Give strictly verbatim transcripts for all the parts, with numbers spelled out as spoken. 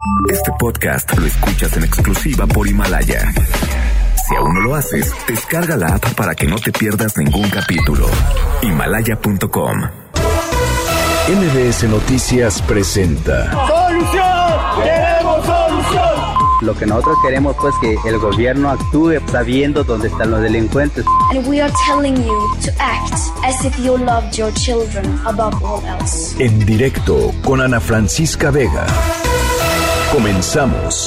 Este podcast lo escuchas en exclusiva por Himalaya. Si aún no lo haces, descarga la app para que no te pierdas ningún capítulo. Himalaya punto com. M B S Noticias presenta ¡Solución! ¡Queremos solución! Lo que nosotros queremos pues que el gobierno actúe sabiendo dónde están los delincuentes. And we are telling you to act as if you loved your children above all else. En directo con Ana Francisca Vega. Comenzamos.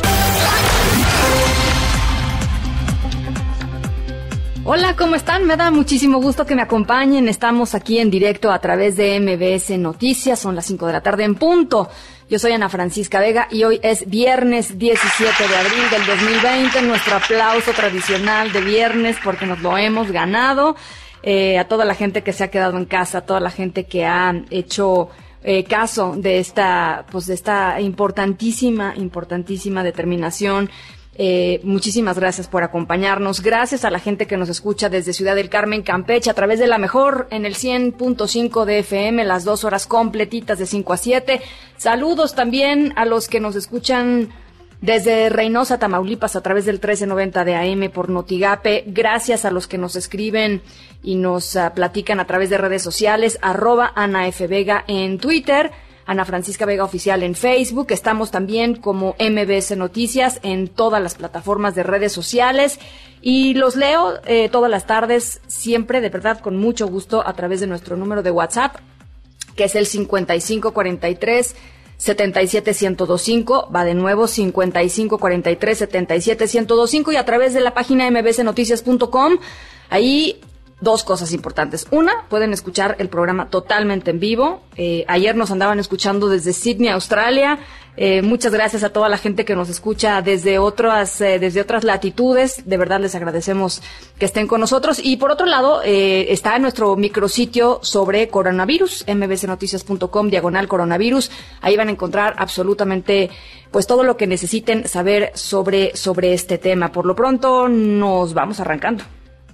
Hola, ¿cómo están? Me da muchísimo gusto que me acompañen. Estamos aquí en directo a través de M B S Noticias. Son las cinco de la tarde en punto. Yo soy Ana Francisca Vega y hoy es viernes diecisiete de abril del dos mil veinte. Nuestro aplauso tradicional de viernes porque nos lo hemos ganado. Eh, a toda la gente que se ha quedado en casa, a toda la gente que ha hecho eh, caso de esta, pues de esta importantísima, importantísima determinación. Eh, muchísimas gracias por acompañarnos. Gracias a la gente que nos escucha desde Ciudad del Carmen, Campeche, a través de La Mejor en el cien punto cinco de F M, las dos horas completitas de cinco a siete. Saludos también a los que nos escuchan desde Reynosa, Tamaulipas, a través del trece noventa de A M por Notigape. Gracias a los que nos escriben y nos uh, platican a través de redes sociales, arroba Ana F. Vega en Twitter, Ana Francisca Vega Oficial en Facebook. Estamos también como M B S Noticias en todas las plataformas de redes sociales y los leo eh, todas las tardes, siempre de verdad con mucho gusto a través de nuestro número de WhatsApp, que es el cincuenta y cinco cuarenta y tres setenta y siete ciento veinticinco, va de nuevo cincuenta y cinco cuarenta y tres setenta y siete ciento veinticinco y a través de la página m b s noticias punto com. Ahí dos cosas importantes. Una, pueden escuchar el programa totalmente en vivo. Eh, ayer nos andaban escuchando desde Sydney, Australia. Eh, muchas gracias a toda la gente que nos escucha desde otras, eh, desde otras latitudes. De verdad les agradecemos que estén con nosotros. Y por otro lado, eh, está nuestro micrositio sobre coronavirus, m b s noticias punto com, diagonal coronavirus. Ahí van a encontrar absolutamente, pues, todo lo que necesiten saber sobre, sobre este tema. Por lo pronto, nos vamos arrancando.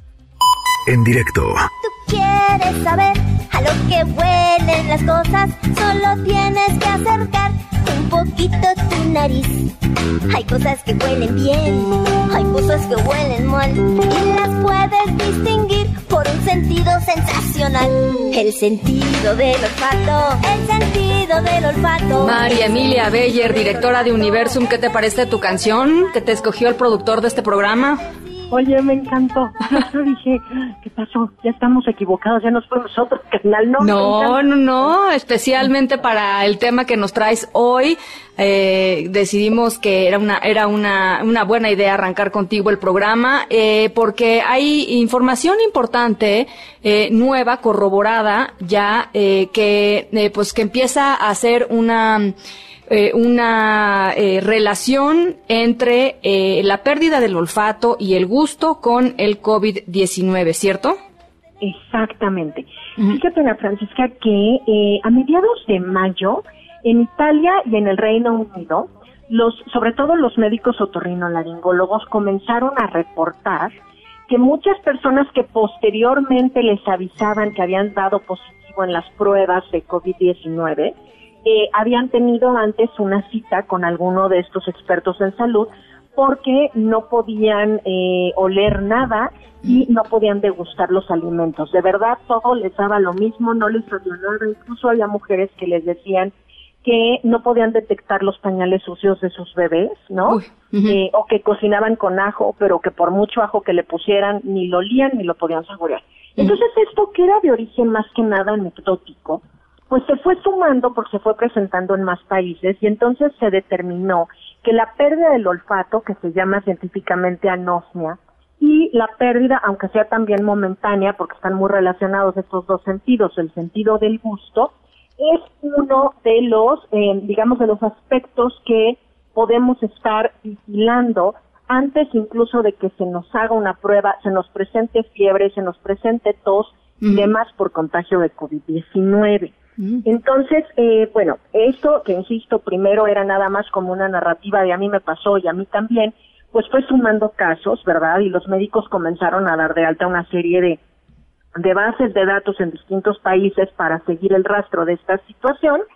En directo. Tú quieres saber a lo que huelen las cosas, solo tienes que acercar un poquito tu nariz. Hay cosas que huelen bien, hay cosas que huelen mal, y las puedes distinguir por un sentido sensacional. El sentido del olfato, el sentido del olfato. María Emilia Beyer, directora de Universum, ¿qué te parece tu canción que te escogió el productor de este programa? Oye, me encantó. Yo dije, ¿qué pasó? Ya estamos equivocados, ya nos fuimos a otro canal. No, no, no, no, especialmente para el tema que nos traes hoy, eh, decidimos que era una era una una buena idea arrancar contigo el programa, eh, porque hay información importante, eh, nueva, corroborada ya, eh, que eh, pues que empieza a hacer una Eh, una eh, relación entre eh, la pérdida del olfato y el gusto con el covid diecinueve, ¿cierto? Exactamente. Uh-huh. Fíjate, Ana Francisca, que eh, a mediados de mayo, en Italia y en el Reino Unido, los, sobre todo los médicos otorrinolaringólogos comenzaron a reportar que muchas personas que posteriormente les avisaban que habían dado positivo en las pruebas de covid diecinueve, Eh, habían tenido antes una cita con alguno de estos expertos en salud porque no podían eh, oler nada y no podían degustar los alimentos. De verdad, todo les daba lo mismo, no les sabía nada. Incluso había mujeres que les decían que no podían detectar los pañales sucios de sus bebés, ¿no? Uy, uh-huh. eh, o que cocinaban con ajo, pero que por mucho ajo que le pusieran, ni lo olían ni lo podían saborear. Uh-huh. Entonces, esto que era de origen más que nada anecdótico, pues se fue sumando porque se fue presentando en más países y entonces se determinó que la pérdida del olfato, que se llama científicamente anosmia, y la pérdida, aunque sea también momentánea, porque están muy relacionados estos dos sentidos, el sentido del gusto, es uno de los, eh, digamos, de los aspectos que podemos estar vigilando antes incluso de que se nos haga una prueba, se nos presente fiebre, se nos presente tos y demás por contagio de covid diecinueve. Entonces, eh, bueno, esto que insisto, primero era nada más como una narrativa de a mí me pasó y a mí también, pues fue sumando casos, ¿verdad? Y los médicos comenzaron a dar de alta una serie de, de bases de datos en distintos países para seguir el rastro de esta situación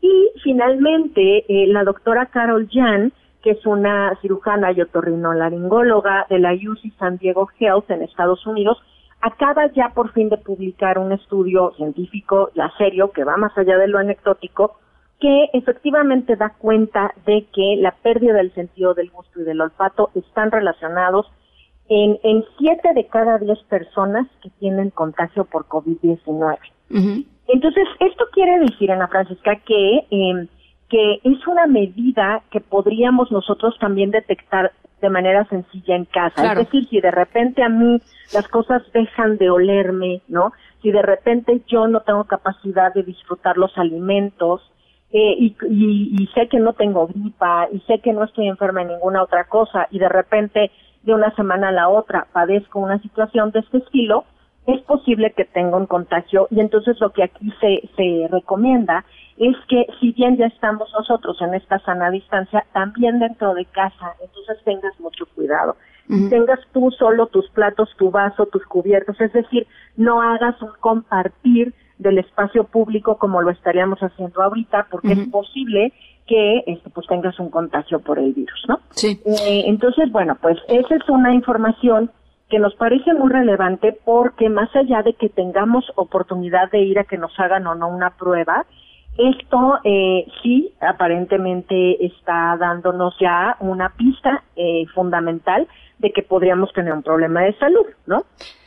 Y finalmente, eh, la doctora Carol Jan, que es una cirujana y otorrinolaringóloga de la U C San Diego Health en Estados Unidos, acaba ya por fin de publicar un estudio científico ya serio que va más allá de lo anecdótico, que efectivamente da cuenta de que la pérdida del sentido del gusto y del olfato están relacionados en, en siete de cada diez personas que tienen contagio por COVID diecinueve. Uh-huh. Entonces, esto quiere decir, Ana Francisca, que, eh, que es una medida que podríamos nosotros también detectar de manera sencilla en casa. Claro. Es decir, si de repente a mí las cosas dejan de olerme, ¿no? Si de repente yo no tengo capacidad de disfrutar los alimentos, eh, y, y, y sé que no tengo gripa, y sé que no estoy enferma en ninguna otra cosa, y de repente de una semana a la otra padezco una situación de este estilo, es posible que tenga un contagio, y entonces lo que aquí se, se recomienda es que si bien ya estamos nosotros en esta sana distancia, también dentro de casa, entonces tengas mucho cuidado. Uh-huh. Tengas tú solo tus platos, tu vaso, tus cubiertos, es decir, no hagas un compartir del espacio público como lo estaríamos haciendo ahorita, porque uh-huh. es posible que este, pues tengas un contagio por el virus, ¿no? Sí. Eh, entonces, bueno, pues esa es una información que nos parece muy relevante porque más allá de que tengamos oportunidad de ir a que nos hagan o no una prueba, esto eh, sí aparentemente está dándonos ya una pista eh, fundamental de que podríamos tener un problema de salud, ¿no?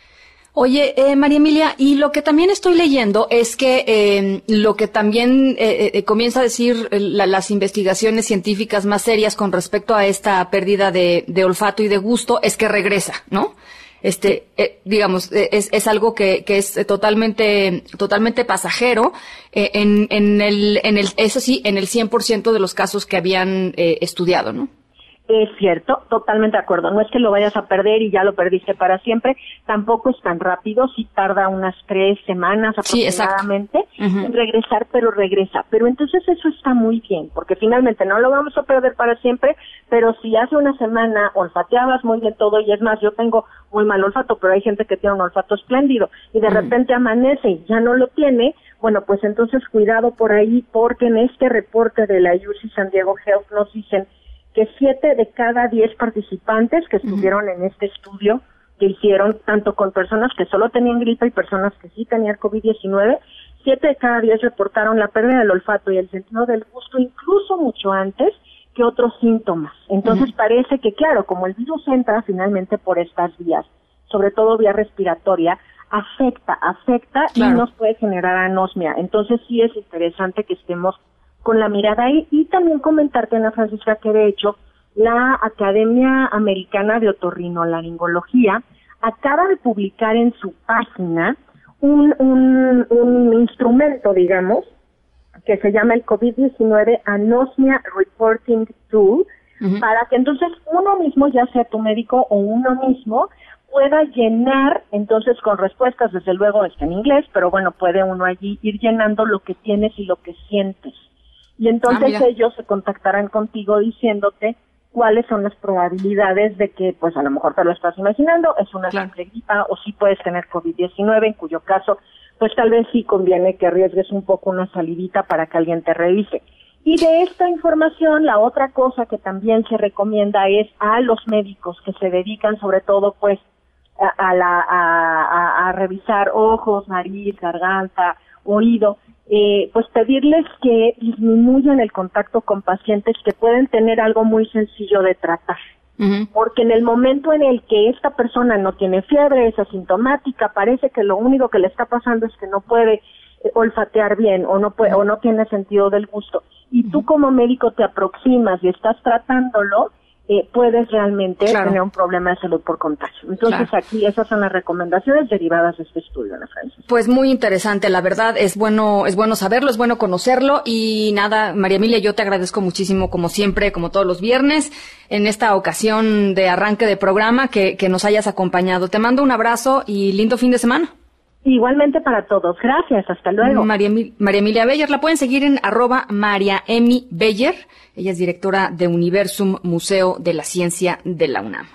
Oye, eh, María Emilia, y lo que también estoy leyendo es que eh, lo que también eh, eh, comienza a decir la, las investigaciones científicas más serias con respecto a esta pérdida de, de olfato y de gusto es que regresa, ¿no? Este, eh, digamos, eh, es, es algo que, que es totalmente, totalmente pasajero, eh, en, en el, en el, eso sí, en el cien por ciento de los casos que habían eh, estudiado, ¿no? Es cierto, totalmente de acuerdo. No es que lo vayas a perder y ya lo perdiste para siempre, tampoco es tan rápido, sí tarda unas tres semanas aproximadamente sí, uh-huh. en regresar, pero regresa. Pero entonces eso está muy bien, porque finalmente no lo vamos a perder para siempre, pero si hace una semana olfateabas muy bien todo, y es más, yo tengo muy mal olfato, pero hay gente que tiene un olfato espléndido, y de uh-huh. repente amanece y ya no lo tiene, bueno, pues entonces cuidado por ahí, porque en este reporte de la U C San Diego Health nos dicen que siete de cada diez participantes que estuvieron uh-huh. en este estudio que hicieron, tanto con personas que solo tenían gripe y personas que sí tenían COVID diecinueve, siete de cada diez reportaron la pérdida del olfato y el sentido del gusto incluso mucho antes que otros síntomas. Entonces uh-huh. parece que, claro, como el virus entra finalmente por estas vías, sobre todo vía respiratoria, afecta, afecta claro. y nos puede generar anosmia. Entonces sí es interesante que estemos con la mirada ahí, y también comentarte, Ana Francisca, que de hecho la Academia Americana de Otorrinolaringología acaba de publicar en su página un, un, un instrumento, digamos, que se llama el COVID diecinueve Anosmia Reporting Tool, uh-huh. para que entonces uno mismo, ya sea tu médico o uno mismo, pueda llenar, entonces con respuestas, desde luego está en inglés, pero bueno, puede uno allí ir llenando lo que tienes y lo que sientes. Y entonces ah, ellos se contactarán contigo diciéndote cuáles son las probabilidades de que, pues a lo mejor te lo estás imaginando, es una claro. simple gripa, o sí puedes tener COVID diecinueve, en cuyo caso, pues tal vez sí conviene que arriesgues un poco una salidita para que alguien te revise. Y de esta información, la otra cosa que también se recomienda es a los médicos que se dedican sobre todo, pues, a, a, la, a, a, a revisar ojos, nariz, garganta, oído, Eh, pues pedirles que disminuyan el contacto con pacientes que pueden tener algo muy sencillo de tratar. Uh-huh. Porque en el momento en el que esta persona no tiene fiebre, es asintomática, parece que lo único que le está pasando es que no puede eh, olfatear bien o no puede, uh-huh. o no tiene sentido del gusto, y uh-huh. tú como médico te aproximas y estás tratándolo, Eh, puedes realmente claro. tener un problema de salud por contagio. Entonces claro. aquí esas son las recomendaciones derivadas de este estudio, Ana Francisca. Pues muy interesante, la verdad, es bueno, es bueno saberlo, es bueno conocerlo, y nada, María Emilia, yo te agradezco muchísimo, como siempre, como todos los viernes, en esta ocasión de arranque de programa, que, que nos hayas acompañado. Te mando un abrazo y lindo fin de semana. Igualmente para todos. Gracias. Hasta luego. María, María Emilia Beyer, la pueden seguir en arroba María Emi Beyer. Ella es directora de Universum, Museo de la Ciencia de la UNAM.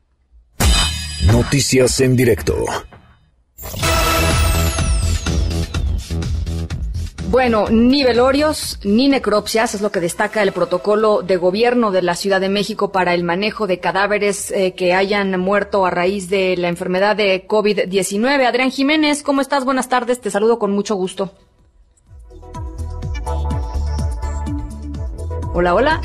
Noticias en directo. Bueno, ni velorios ni necropsias es lo que destaca el protocolo de gobierno de la Ciudad de México para el manejo de cadáveres eh, que hayan muerto a raíz de la enfermedad de COVID diecinueve. Adrián Jiménez, ¿cómo estás? Buenas tardes, te saludo con mucho gusto. Hola, hola.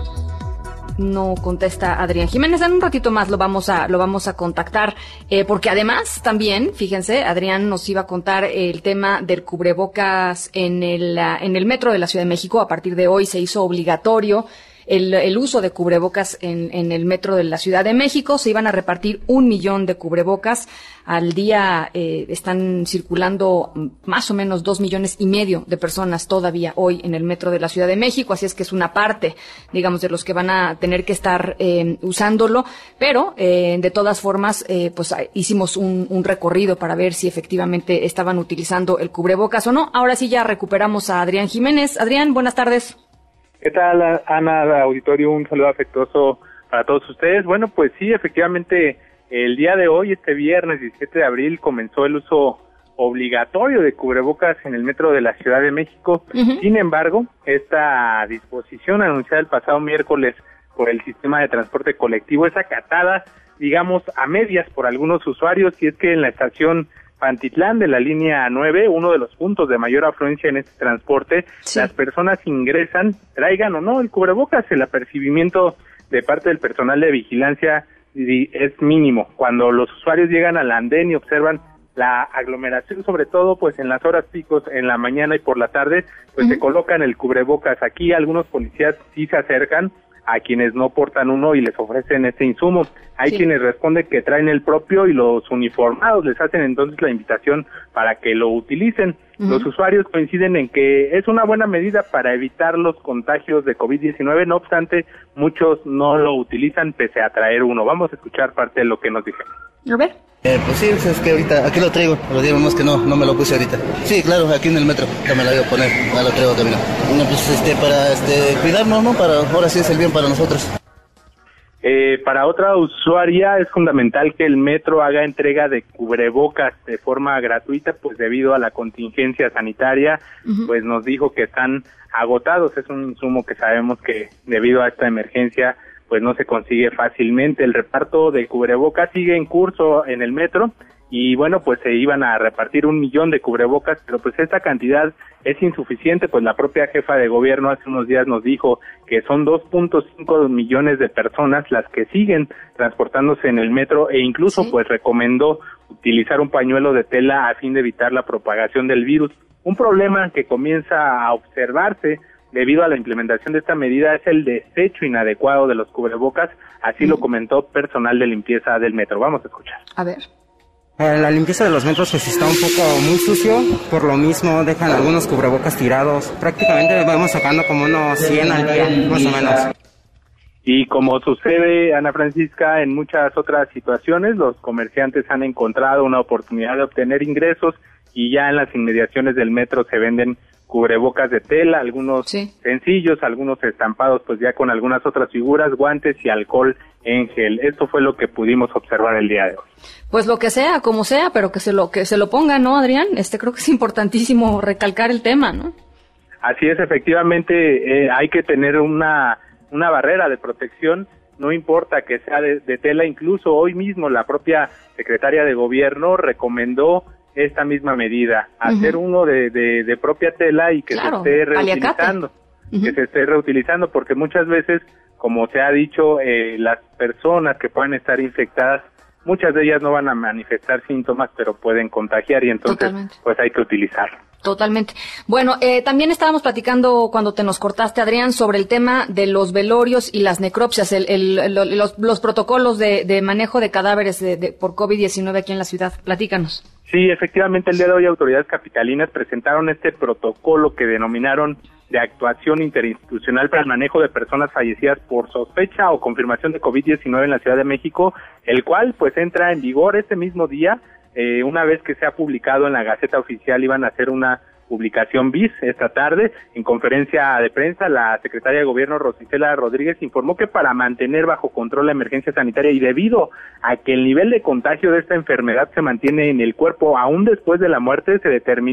No contesta Adrián Jiménez. En un ratito más lo vamos a lo vamos a contactar, eh, porque además también, fíjense, Adrián nos iba a contar el tema del cubrebocas en el en el metro de la Ciudad de México. A partir de hoy se hizo obligatorio el, el uso de cubrebocas en, en el metro de la Ciudad de México. Se iban a repartir un millón de cubrebocas. Al día eh, están circulando más o menos dos millones y medio de personas todavía hoy en el metro de la Ciudad de México, así es que es una parte, digamos, de los que van a tener que estar eh, usándolo, pero eh, de todas formas, eh, pues hicimos un, un recorrido para ver si efectivamente estaban utilizando el cubrebocas o no. Ahora sí ya recuperamos a Adrián Jiménez. Adrián, buenas tardes. ¿Qué tal, Ana, auditorio? Un saludo afectuoso para todos ustedes. Bueno, pues sí, efectivamente, el día de hoy, este viernes diecisiete de abril, comenzó el uso obligatorio de cubrebocas en el metro de la Ciudad de México. Uh-huh. Sin embargo, esta disposición anunciada el pasado miércoles por el sistema de transporte colectivo es acatada, digamos, a medias por algunos usuarios, y es que en la estación Pantitlán de la línea nueve, uno de los puntos de mayor afluencia en este transporte, sí, las personas ingresan, traigan o no el cubrebocas. El apercibimiento de parte del personal de vigilancia es mínimo. Cuando los usuarios llegan al andén y observan la aglomeración, sobre todo pues en las horas picos, en la mañana y por la tarde, pues uh-huh. se colocan el cubrebocas. Aquí algunos policías sí se acercan a quienes no portan uno y les ofrecen este insumo. Hay sí. quienes responden que traen el propio y los uniformados les hacen entonces la invitación para que lo utilicen. Uh-huh. Los usuarios coinciden en que es una buena medida para evitar los contagios de COVID diecinueve, no obstante, muchos no lo utilizan pese a traer uno. Vamos a escuchar parte de lo que nos dijeron. A ver. Eh, pues sí, es que ahorita, aquí lo traigo, lo digo más que no, no me lo puse ahorita. Sí, claro, aquí en el metro, ya me la voy a poner, ya lo traigo camino. Bueno, pues este, para este, cuidarnos, ¿no? Para, ahora sí es el bien para nosotros. Eh, para otra usuaria es fundamental que el metro haga entrega de cubrebocas de forma gratuita, pues debido a la contingencia sanitaria, uh-huh. pues nos dijo que están agotados. Es un insumo que sabemos que debido a esta emergencia pues no se consigue fácilmente. El reparto de cubrebocas sigue en curso en el metro y bueno, pues se iban a repartir un millón de cubrebocas, pero pues esta cantidad es insuficiente, pues la propia jefa de gobierno hace unos días nos dijo que son dos punto cinco millones de personas las que siguen transportándose en el metro e incluso ¿sí? pues recomendó utilizar un pañuelo de tela a fin de evitar la propagación del virus. Un problema que comienza a observarse debido a la implementación de esta medida es el desecho inadecuado de los cubrebocas, así uh-huh. lo comentó personal de limpieza del metro. Vamos a escuchar. A ver. Eh, la limpieza de los metros pues está un poco muy sucio, por lo mismo dejan algunos cubrebocas tirados. Prácticamente vamos sacando como unos cien al día, más o menos. Y como sucede, Ana Francisca, en muchas otras situaciones, los comerciantes han encontrado una oportunidad de obtener ingresos y ya en las inmediaciones del metro se venden cubrebocas de tela, algunos sí. sencillos, algunos estampados pues ya con algunas otras figuras, guantes y alcohol en gel. Esto fue lo que pudimos observar el día de hoy. Pues lo que sea, como sea, pero que se lo que se lo pongan, ¿no, Adrián? Este creo que es importantísimo recalcar el tema, ¿no? Así es, efectivamente, eh, hay que tener una una barrera de protección, no importa que sea de, de tela. Incluso hoy mismo la propia secretaria de gobierno recomendó esta misma medida, hacer uh-huh. uno de, de, de propia tela y que claro, se esté reutilizando, uh-huh. que se esté reutilizando, porque muchas veces, como se ha dicho, eh, las personas que pueden estar infectadas, muchas de ellas no van a manifestar síntomas, pero pueden contagiar y entonces Totalmente. Pues hay que utilizarlo. Totalmente. Bueno, eh, también estábamos platicando cuando te nos cortaste, Adrián, sobre el tema de los velorios y las necropsias, el, el, el, los, los protocolos de, de manejo de cadáveres de, de, por COVID diecinueve aquí en la ciudad. Platícanos. Sí, efectivamente, el día de hoy autoridades capitalinas presentaron este protocolo que denominaron de actuación interinstitucional para el manejo de personas fallecidas por sospecha o confirmación de COVID diecinueve en la Ciudad de México, el cual pues entra en vigor este mismo día. Eh, una vez que se ha publicado en la Gaceta Oficial, iban a hacer una publicación bis esta tarde. En conferencia de prensa, la secretaria de Gobierno, Rosicela Rodríguez, informó que para mantener bajo control la emergencia sanitaria y debido a que el nivel de contagio de esta enfermedad se mantiene en el cuerpo aún después de la muerte, se determinó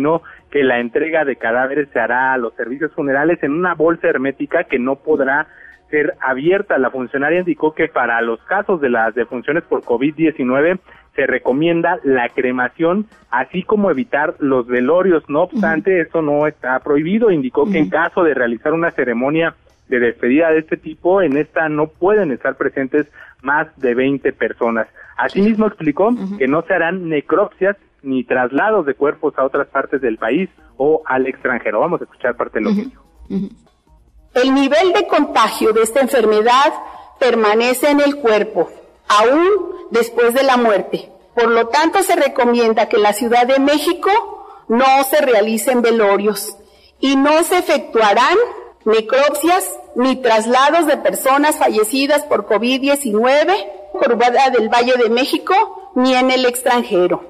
que la entrega de cadáveres se hará a los servicios funerales en una bolsa hermética que no podrá ser abierta. La funcionaria indicó que para los casos de las defunciones por COVID diecinueve se recomienda la cremación, así como evitar los velorios. No obstante, uh-huh. esto no está prohibido. Indicó uh-huh. que en caso de realizar una ceremonia de despedida de este tipo, en esta no pueden estar presentes más de veinte personas. Asimismo explicó uh-huh. que no se harán necropsias ni traslados de cuerpos a otras partes del país o al extranjero. Vamos a escuchar parte de lo uh-huh. que dijo. Uh-huh. El nivel de contagio de esta enfermedad permanece en el cuerpo, aún después de la muerte. Por lo tanto, se recomienda que en la Ciudad de México no se realicen velorios y no se efectuarán necropsias ni traslados de personas fallecidas por COVID diecinueve por fuera del Valle de México ni en el extranjero.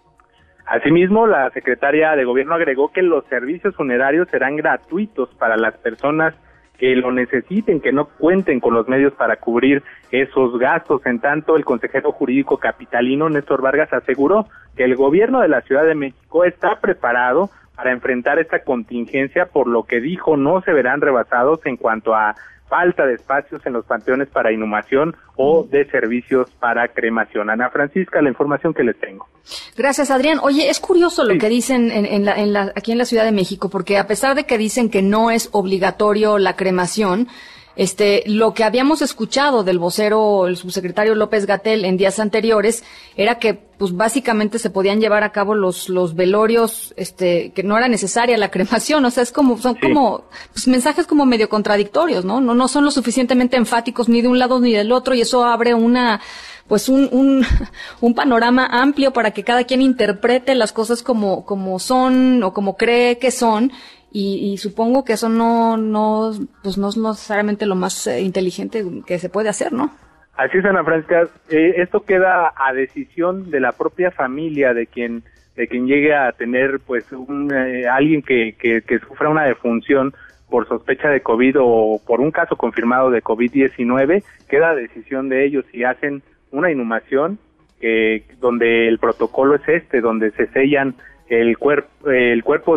Asimismo, la secretaria de Gobierno agregó que los servicios funerarios serán gratuitos para las personas que lo necesiten, que no cuenten con los medios para cubrir esos gastos. En tanto, el consejero jurídico capitalino Néstor Vargas aseguró que el gobierno de la Ciudad de México está preparado para enfrentar esta contingencia, por lo que dijo no se verán rebasados en cuanto a falta de espacios en los panteones para inhumación o de servicios para cremación. Ana Francisca, la información que les tengo. Gracias, Adrián. Oye, es curioso lo sí. que dicen en, en la, en la, aquí en la Ciudad de México, porque a pesar de que dicen que no es obligatorio la cremación, Este, lo que habíamos escuchado del vocero, el subsecretario López-Gatell en días anteriores, era que, pues, básicamente se podían llevar a cabo los, los velorios, este, que no era necesaria la cremación. O sea, es como, son sí. como, pues, mensajes como medio contradictorios, ¿no? No, no son lo suficientemente enfáticos ni de un lado ni del otro, y eso abre una, pues, un, un, un panorama amplio para que cada quien interprete las cosas como, como son o como cree que son. Y, y supongo que eso no, no, pues no es necesariamente lo más eh, inteligente que se puede hacer, ¿no? Así es, Ana Francisca. Eh, esto queda a decisión de la propia familia de quien, de quien llegue a tener, pues, un, eh, alguien que, que, que sufra una defunción por sospecha de COVID o por un caso confirmado de COVID diecinueve. Queda a decisión de ellos si hacen una inhumación, eh, donde el protocolo es este, donde se sellan el cuerpo, el cuerpo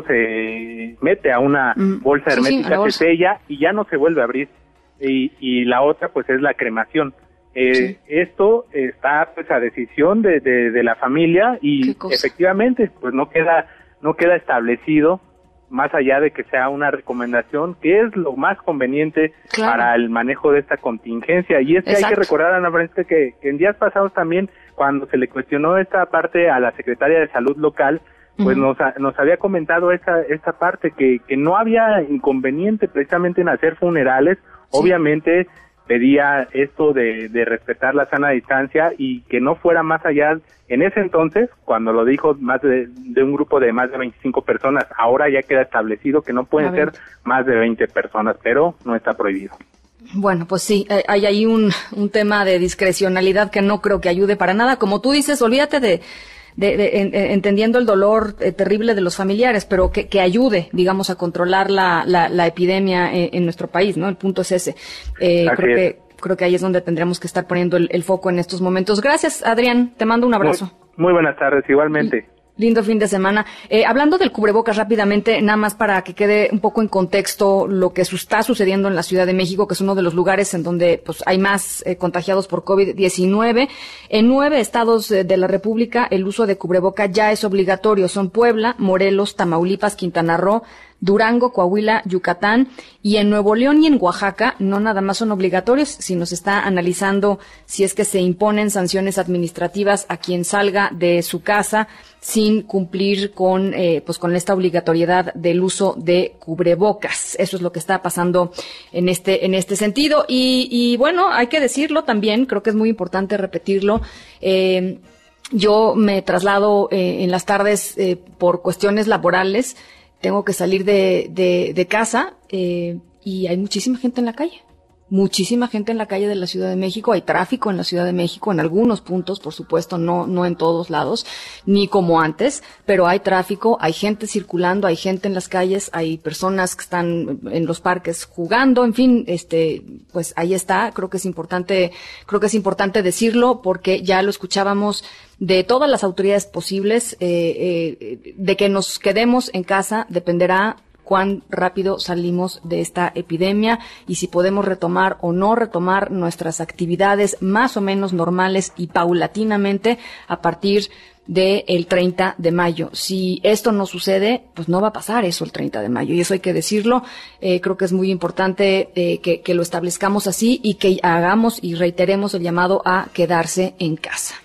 se mete a una bolsa sí, hermética, sí, bolsa. Se sella y ya no se vuelve a abrir. Y, y la otra, pues, es la cremación. Eh, sí. Esto está, pues, a decisión de, de, de la familia y efectivamente, pues, no queda, no queda establecido, más allá de que sea una recomendación, que es lo más conveniente claro. para el manejo de esta contingencia. Y es que Exacto. hay que recordar, Ana Francisca, que, que en días pasados también, cuando se le cuestionó esta parte a la Secretaría de Salud local, pues uh-huh. nos, nos había comentado esta, esta parte, que, que no había inconveniente precisamente en hacer funerales. Sí. Obviamente pedía esto de, de respetar la sana distancia y que no fuera más allá. En ese entonces, cuando lo dijo más de, de un grupo de más de veinticinco personas, ahora ya queda establecido que no pueden ser más de veinte personas, pero no está prohibido. Bueno, pues sí, hay ahí un, un tema de discrecionalidad que no creo que ayude para nada. Como tú dices, olvídate de... De, de, en, entendiendo el dolor eh, terrible de los familiares, pero que, que ayude, digamos, a controlar la, la, la epidemia en, en nuestro país, ¿no? El punto es ese. Eh, creo que creo que ahí es donde tendríamos que estar poniendo el, el foco en estos momentos. Gracias, Adrián. Te mando un abrazo. Muy, muy buenas tardes, igualmente. Y, lindo fin de semana. Eh, hablando del cubrebocas rápidamente, nada más para que quede un poco en contexto lo que su, está sucediendo en la Ciudad de México, que es uno de los lugares en donde pues hay más eh, contagiados por COVID diecinueve. En nueve estados eh, de la República el uso de cubreboca ya es obligatorio. Son Puebla, Morelos, Tamaulipas, Quintana Roo, Durango, Coahuila, Yucatán, y en Nuevo León y en Oaxaca no nada más son obligatorios, sino se está analizando si es que se imponen sanciones administrativas a quien salga de su casa sin cumplir con eh, pues con esta obligatoriedad del uso de cubrebocas. Eso es lo que está pasando en este en este sentido y, y bueno, hay que decirlo también, creo que es muy importante repetirlo. Eh, yo me traslado eh, en las tardes eh, por cuestiones laborales. Tengo que salir de, de, de casa eh, y hay muchísima gente en la calle. muchísima gente en la calle de la Ciudad de México, hay tráfico en la Ciudad de México, en algunos puntos, por supuesto, no, no en todos lados, ni como antes, pero hay tráfico, hay gente circulando, hay gente en las calles, hay personas que están en los parques jugando, en fin, este, pues ahí está, creo que es importante, creo que es importante decirlo porque ya lo escuchábamos de todas las autoridades posibles, eh, eh, de que nos quedemos en casa dependerá cuán rápido salimos de esta epidemia y si podemos retomar o no retomar nuestras actividades más o menos normales y paulatinamente a partir del treinta de mayo. Si esto no sucede, pues no va a pasar eso el treinta de mayo y eso hay que decirlo. Eh, creo que es muy importante eh, que, que lo establezcamos así y que hagamos y reiteremos el llamado a quedarse en casa.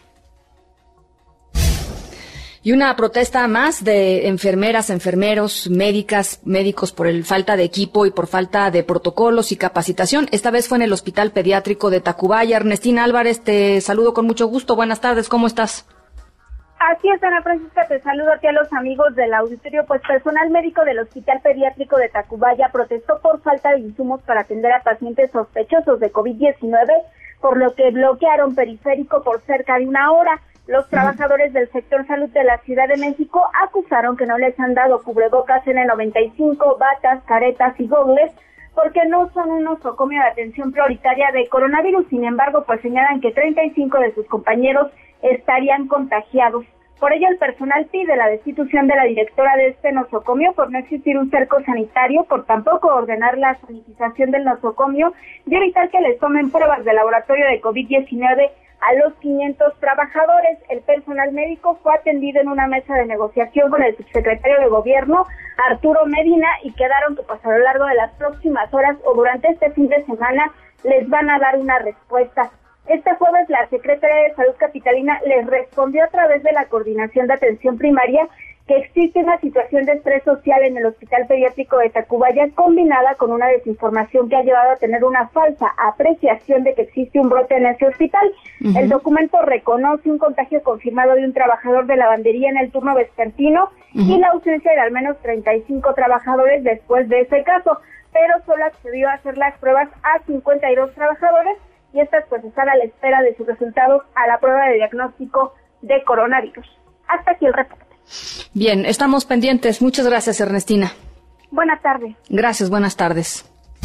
Y una protesta más de enfermeras, enfermeros, médicas, médicos por el falta de equipo y por falta de protocolos y capacitación. Esta vez fue en el Hospital Pediátrico de Tacubaya. Ernestina Álvarez, te saludo con mucho gusto. Buenas tardes, ¿cómo estás? Así es, Ana Francisca, te saludo a ti a los amigos del auditorio. Pues personal médico del Hospital Pediátrico de Tacubaya protestó por falta de insumos para atender a pacientes sospechosos de COVID diecinueve, por lo que bloquearon periférico por cerca de una hora. Los trabajadores del sector salud de la Ciudad de México acusaron que no les han dado cubrebocas N noventa y cinco, batas, caretas y gogles porque no son un nosocomio de atención prioritaria de coronavirus. Sin embargo, pues señalan que treinta y cinco de sus compañeros estarían contagiados. Por ello, el personal pide la destitución de la directora de este nosocomio por no existir un cerco sanitario, por tampoco ordenar la sanitización del nosocomio y evitar que les tomen pruebas de laboratorio de COVID diecinueve a los quinientos trabajadores. El personal médico fue atendido en una mesa de negociación con el subsecretario de Gobierno, Arturo Medina, y quedaron que pues a lo largo de las próximas horas o durante este fin de semana les van a dar una respuesta. Este jueves la secretaria de Salud capitalina les respondió a través de la Coordinación de Atención Primaria que existe una situación de estrés social en el Hospital Pediátrico de Tacubaya combinada con una desinformación que ha llevado a tener una falsa apreciación de que existe un brote en ese hospital. Uh-huh. El documento reconoce un contagio confirmado de un trabajador de lavandería en el turno vespertino uh-huh. y la ausencia de al menos treinta y cinco trabajadores después de ese caso, pero solo accedió a hacer las pruebas a cincuenta y dos trabajadores y estas pues están a la espera de sus resultados a la prueba de diagnóstico de coronavirus. Hasta aquí el reporte. Bien, estamos pendientes. Muchas gracias, Ernestina. Buenas tardes. Gracias, buenas tardes.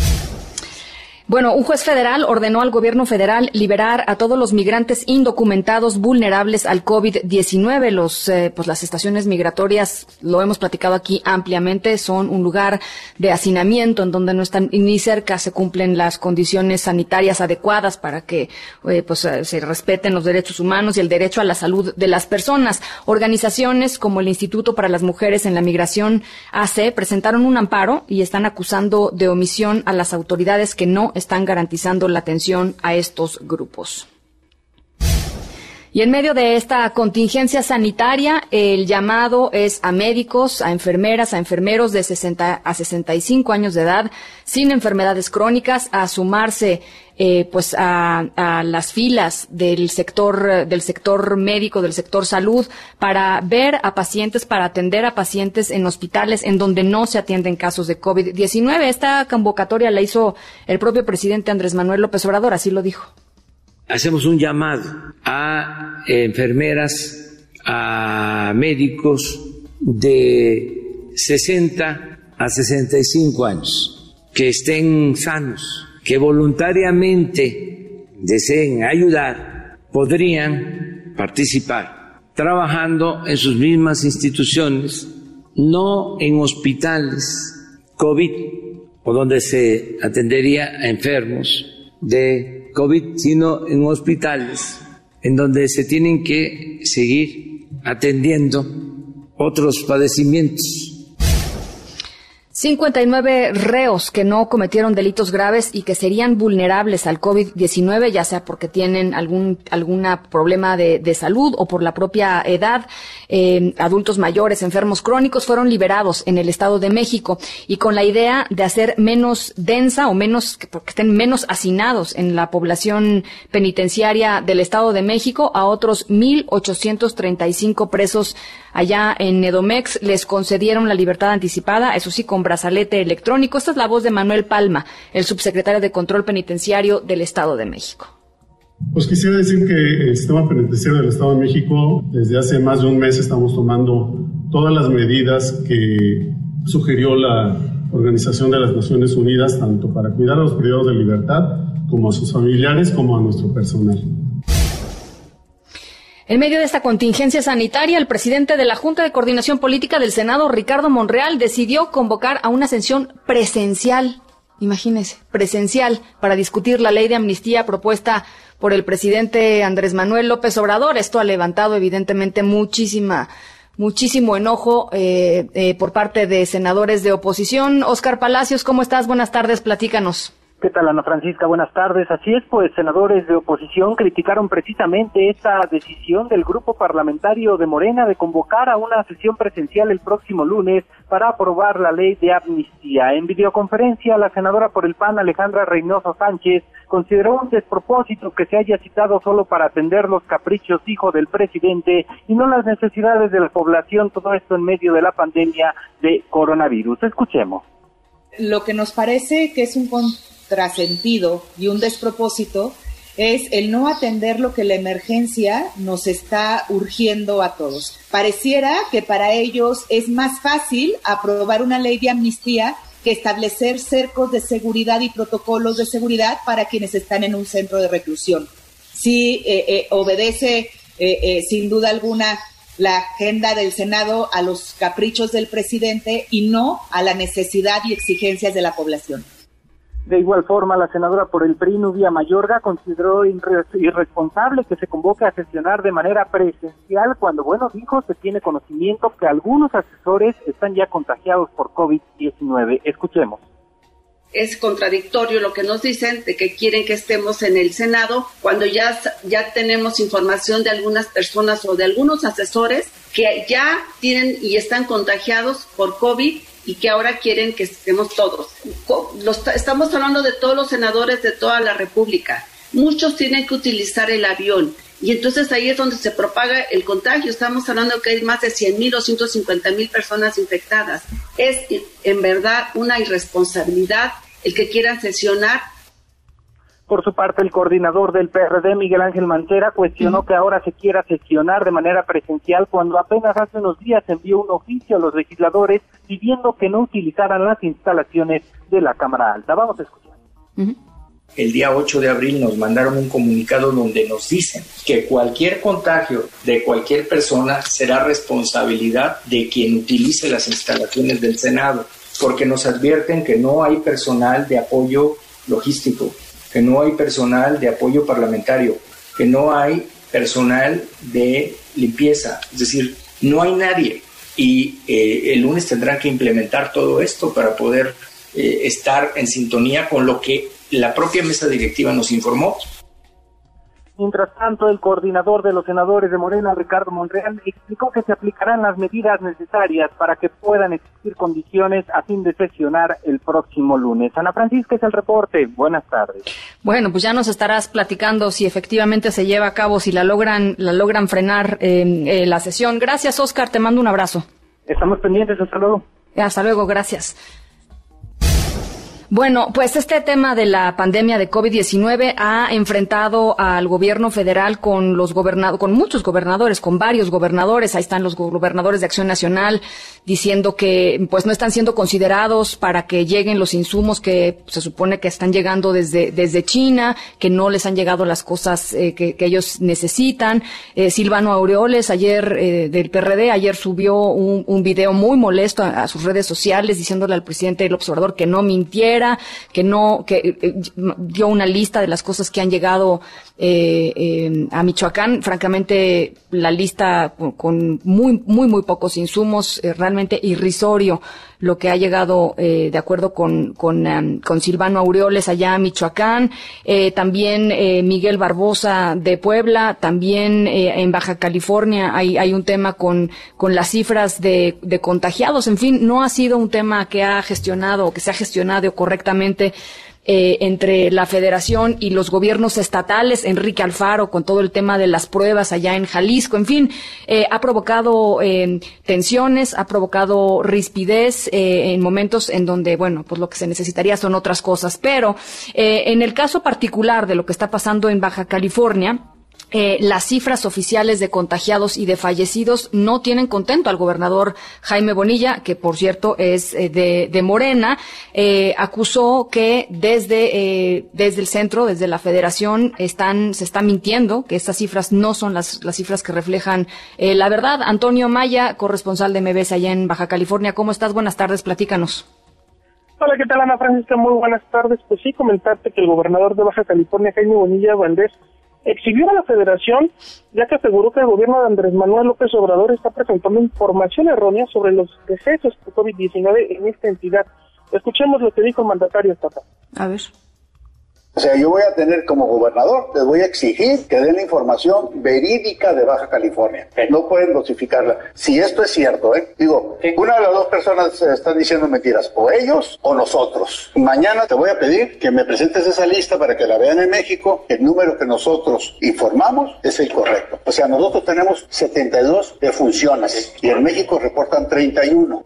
Bueno, un juez federal ordenó al gobierno federal liberar a todos los migrantes indocumentados vulnerables al COVID diecinueve. Los, eh, pues las estaciones migratorias, lo hemos platicado aquí ampliamente, son un lugar de hacinamiento en donde no están ni cerca se cumplen las condiciones sanitarias adecuadas para que eh, pues se respeten los derechos humanos y el derecho a la salud de las personas. Organizaciones como el Instituto para las Mujeres en la Migración A C presentaron un amparo y están acusando de omisión a las autoridades que no están garantizando la atención a estos grupos. Y en medio de esta contingencia sanitaria, el llamado es a médicos, a enfermeras, a enfermeros de sesenta a sesenta y cinco años de edad, sin enfermedades crónicas, a sumarse eh, pues a, a las filas del sector del sector médico, del sector salud, para ver a pacientes, para atender a pacientes en hospitales en donde no se atienden casos de COVID diecinueve. Esta convocatoria la hizo el propio presidente Andrés Manuel López Obrador, así lo dijo. Hacemos un llamado a enfermeras, a médicos de sesenta a sesenta y cinco años, que estén sanos, que voluntariamente deseen ayudar, podrían participar trabajando en sus mismas instituciones, no en hospitales COVID o donde se atendería a enfermos de COVID, sino en hospitales en donde se tienen que seguir atendiendo otros padecimientos. cincuenta y nueve reos que no cometieron delitos graves y que serían vulnerables al COVID diecinueve, ya sea porque tienen algún alguna problema de, de salud o por la propia edad, eh, adultos mayores, enfermos crónicos, fueron liberados en el Estado de México y con la idea de hacer menos densa o menos, porque estén menos hacinados en la población penitenciaria del Estado de México, a otros mil ochocientos treinta y cinco presos allá en Edomex les concedieron la libertad anticipada, eso sí, con brazalete electrónico. Esta es la voz de Manuel Palma, el subsecretario de Control Penitenciario del Estado de México. Pues quisiera decir que el sistema penitenciario del Estado de México, desde hace más de un mes estamos tomando todas las medidas que sugirió la Organización de las Naciones Unidas, tanto para cuidar a los privados de libertad, como a sus familiares, como a nuestro personal. En medio de esta contingencia sanitaria, el presidente de la Junta de Coordinación Política del Senado, Ricardo Monreal, decidió convocar a una sesión presencial, imagínense, presencial, para discutir la ley de amnistía propuesta por el presidente Andrés Manuel López Obrador. Esto ha levantado evidentemente muchísima, muchísimo enojo eh, eh, por parte de senadores de oposición. Óscar Palacios, ¿cómo estás? Buenas tardes, platícanos. ¿Qué tal, Ana Francisca? Buenas tardes. Así es, pues senadores de oposición criticaron precisamente esta decisión del grupo parlamentario de Morena de convocar a una sesión presencial el próximo lunes para aprobar la ley de amnistía. En videoconferencia, la senadora por el P A N, Alejandra Reynoso Sánchez, consideró un despropósito que se haya citado solo para atender los caprichos, hijo del presidente, y no las necesidades de la población, todo esto en medio de la pandemia de coronavirus. Escuchemos. Lo que nos parece que es un contrasentido y un despropósito es el no atender lo que la emergencia nos está urgiendo a todos. Pareciera que para ellos es más fácil aprobar una ley de amnistía que establecer cercos de seguridad y protocolos de seguridad para quienes están en un centro de reclusión. Sí, eh, eh, obedece eh, eh, sin duda alguna la agenda del Senado a los caprichos del presidente y no a la necesidad y exigencias de la población. De igual forma, la senadora por el P R I, Nubia Mayorga, consideró irre- irresponsable que se convoque a sesionar de manera presencial cuando, bueno, dijo, se tiene conocimiento que algunos asesores están ya contagiados por COVID diecinueve. Escuchemos. Es contradictorio lo que nos dicen de que quieren que estemos en el Senado cuando ya, ya tenemos información de algunas personas o de algunos asesores que ya tienen y están contagiados por COVID y que ahora quieren que estemos todos. Los, estamos hablando de todos los senadores de toda la República. Muchos tienen que utilizar el avión y entonces ahí es donde se propaga el contagio. Estamos hablando que hay más de cien mil o ciento cincuenta mil personas infectadas. Es en verdad una irresponsabilidad el que quieran sesionar. Por su parte, el coordinador del P R D, Miguel Ángel Mancera, cuestionó uh-huh. que ahora se quiera sesionar de manera presencial cuando apenas hace unos días envió un oficio a los legisladores pidiendo que no utilizaran las instalaciones de la Cámara Alta. Vamos a escuchar. Uh-huh. El día ocho de abril nos mandaron un comunicado donde nos dicen que cualquier contagio de cualquier persona será responsabilidad de quien utilice las instalaciones del Senado, porque nos advierten que no hay personal de apoyo logístico, que no hay personal de apoyo parlamentario, que no hay personal de limpieza, es decir, no hay nadie. Y eh, el lunes tendrán que implementar todo esto para poder eh, estar en sintonía con lo que la propia mesa directiva nos informó. Mientras tanto, el coordinador de los senadores de Morena, Ricardo Monreal, explicó que se aplicarán las medidas necesarias para que puedan existir condiciones a fin de sesionar el próximo lunes. Ana Francisca, es el reporte. Buenas tardes. Bueno, pues ya nos estarás platicando si efectivamente se lleva a cabo, si la logran, la logran frenar eh, eh, la sesión. Gracias, Óscar. Te mando un abrazo. Estamos pendientes. Hasta luego. Hasta luego. Gracias. Bueno, pues este tema de la pandemia de COVID diecinueve ha enfrentado al gobierno federal con los gobernadores, con muchos gobernadores, con varios gobernadores. Ahí están los gobernadores de Acción Nacional diciendo que pues no están siendo considerados para que lleguen los insumos que se supone que están llegando desde desde China, que no les han llegado las cosas eh, que, que ellos necesitan. Eh, Silvano Aureoles, ayer eh, del P R D, ayer subió un, un video muy molesto a, a sus redes sociales diciéndole al presidente López Obrador que no mintiera, que no, que eh, dio una lista de las cosas que han llegado eh, eh, a Michoacán. Francamente, la lista con, con muy, muy, muy pocos insumos, eh, realmente irrisorio lo que ha llegado, eh, de acuerdo con, con, um, con Silvano Aureoles allá a Michoacán, eh, también eh, Miguel Barbosa de Puebla, también eh, en Baja California hay, hay un tema con, con las cifras de, de contagiados. En fin, no ha sido un tema que ha gestionado o que se ha gestionado correctamente eh, entre la Federación y los gobiernos estatales, Enrique Alfaro con todo el tema de las pruebas allá en Jalisco, en fin, eh, ha provocado eh, tensiones, ha provocado rispidez eh, en momentos en donde, bueno, pues lo que se necesitaría son otras cosas. Pero eh, en el caso particular de lo que está pasando en Baja California, Eh, las cifras oficiales de contagiados y de fallecidos no tienen contento al gobernador Jaime Bonilla, que por cierto es eh, de, de Morena. Eh, acusó que desde eh, desde el centro, desde la Federación, están se está mintiendo, que estas cifras no son las las cifras que reflejan eh, la verdad. Antonio Maya, corresponsal de M B S allá en Baja California, ¿cómo estás? Buenas tardes, platícanos. Hola, ¿qué tal, Ana Francisca? Muy buenas tardes. Pues sí, comentarte que el gobernador de Baja California, Jaime Bonilla Valdés, exhibió a la Federación, ya que aseguró que el gobierno de Andrés Manuel López Obrador está presentando información errónea sobre los decesos por COVID diecinueve en esta entidad. Escuchemos lo que dijo el mandatario estatal. A ver. O sea, yo voy a tener como gobernador, les voy a exigir que den la información verídica de Baja California. No pueden dosificarla. Si esto es cierto, ¿eh? Digo, una de las dos personas están diciendo mentiras, o ellos o nosotros. Mañana te voy a pedir que me presentes esa lista para que la vean en México. El número que nosotros informamos es el correcto. O sea, nosotros tenemos setenta y dos defunciones y en México reportan treinta y uno.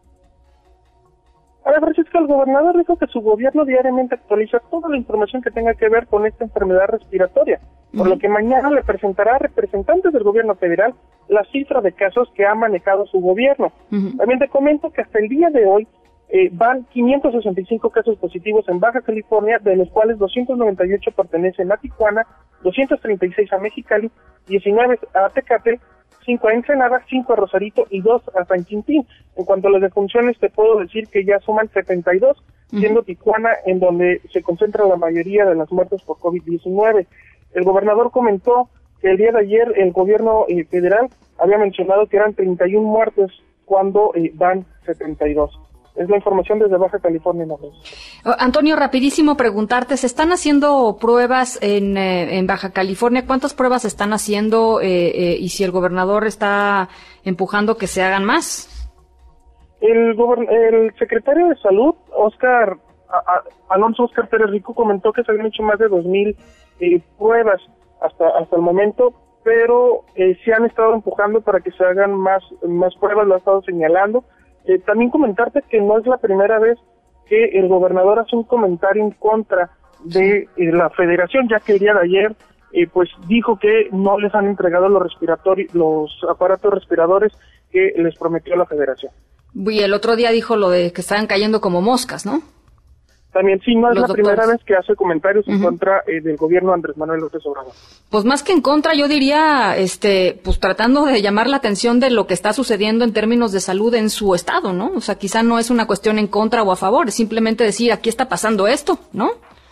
Ahora, Francisco, el gobernador dijo que su gobierno diariamente actualiza toda la información que tenga que ver con esta enfermedad respiratoria, por lo que mañana le presentará a representantes del gobierno federal la cifra de casos que ha manejado su gobierno. Uh-huh. También te comento que hasta el día de hoy eh, van quinientos sesenta y cinco casos positivos en Baja California, de los cuales doscientos noventa y ocho pertenecen a Tijuana, doscientos treinta y seis a Mexicali, diecinueve a Tecate, cinco a Ensenada, cinco a Rosarito y dos a San Quintín. En cuanto a las defunciones, te puedo decir que ya suman setenta y dos, siendo uh-huh. Tijuana en donde se concentra la mayoría de las muertes por COVID diecinueve. El gobernador comentó que el día de ayer el gobierno eh, federal había mencionado que eran treinta y uno muertes cuando eh, van setenta y dos. Es la información desde Baja California. ¿No? Antonio, rapidísimo preguntarte, ¿se están haciendo pruebas en, eh, en Baja California? ¿Cuántas pruebas se están haciendo eh, eh, y si el gobernador está empujando que se hagan más? El, gobern- el secretario de Salud, Oscar a- a- Alonso Oscar Pérez Rico, comentó que se habían hecho más de dos mil eh, pruebas hasta hasta el momento, pero eh, se han estado empujando para que se hagan más, más pruebas, lo ha estado señalando. Eh, también comentarte que no es la primera vez que el gobernador hace un comentario en contra de eh, la Federación, ya que el día de ayer eh, pues dijo que no les han entregado los respiratorios, los aparatos respiradores que les prometió la Federación. Y el otro día dijo lo de que estaban cayendo como moscas, ¿no? También sí, no es Los la doctores. primera vez que hace comentarios en Uh-huh. contra eh, del gobierno de Andrés Manuel López Obrador. Pues más que en contra, yo diría, este, pues tratando de llamar la atención de lo que está sucediendo en términos de salud en su estado, ¿no? O sea, quizá no es una cuestión en contra o a favor, es simplemente decir, aquí está pasando esto, ¿no?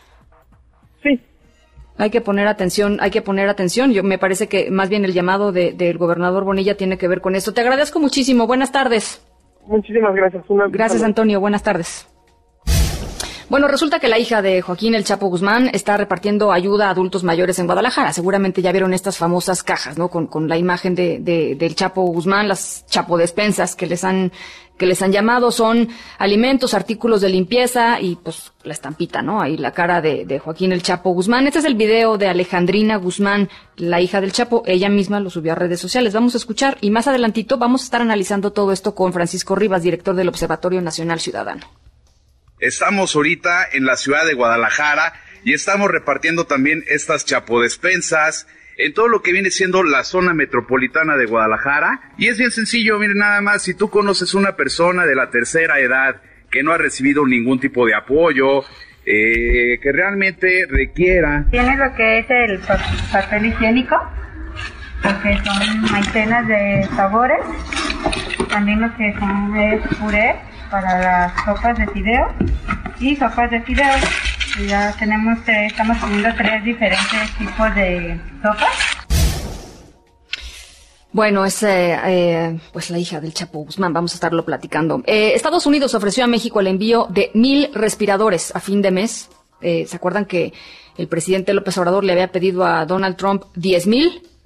Sí. Hay que poner atención, hay que poner atención. Yo me parece que más bien el llamado de, del gobernador Bonilla tiene que ver con esto. Te agradezco muchísimo. Buenas tardes. Muchísimas gracias. Una... Gracias, Antonio. Buenas tardes. Bueno, resulta que la hija de Joaquín El Chapo Guzmán está repartiendo ayuda a adultos mayores en Guadalajara. Seguramente ya vieron estas famosas cajas, ¿no? Con, con la imagen de, de, del Chapo Guzmán, las Chapo despensas que les han, que les han llamado. Son alimentos, artículos de limpieza y pues la estampita, ¿no? Ahí la cara de, de Joaquín El Chapo Guzmán. Este es el video de Alejandrina Guzmán, la hija del Chapo. Ella misma lo subió a redes sociales. Vamos a escuchar y más adelantito vamos a estar analizando todo esto con Francisco Rivas, director del Observatorio Nacional Ciudadano. Estamos ahorita en la ciudad de Guadalajara y estamos repartiendo también estas chapodespensas en todo lo que viene siendo la zona metropolitana de Guadalajara. Y es bien sencillo, miren nada más, si tú conoces una persona de la tercera edad que no ha recibido ningún tipo de apoyo, eh, que realmente requiera... Tiene lo que es el papel higiénico, lo que son maicenas de sabores, también lo que son es puré para las sopas de fideo y sopas de fideo. Y ya tenemos tres, estamos poniendo tres diferentes tipos de sopas. Bueno, es eh, eh, pues la hija del Chapo Guzmán, vamos a estarlo platicando. Eh, Estados Unidos ofreció a México el envío de mil respiradores a fin de mes. Eh, ¿Se acuerdan que el presidente López Obrador le había pedido a Donald Trump diez mil?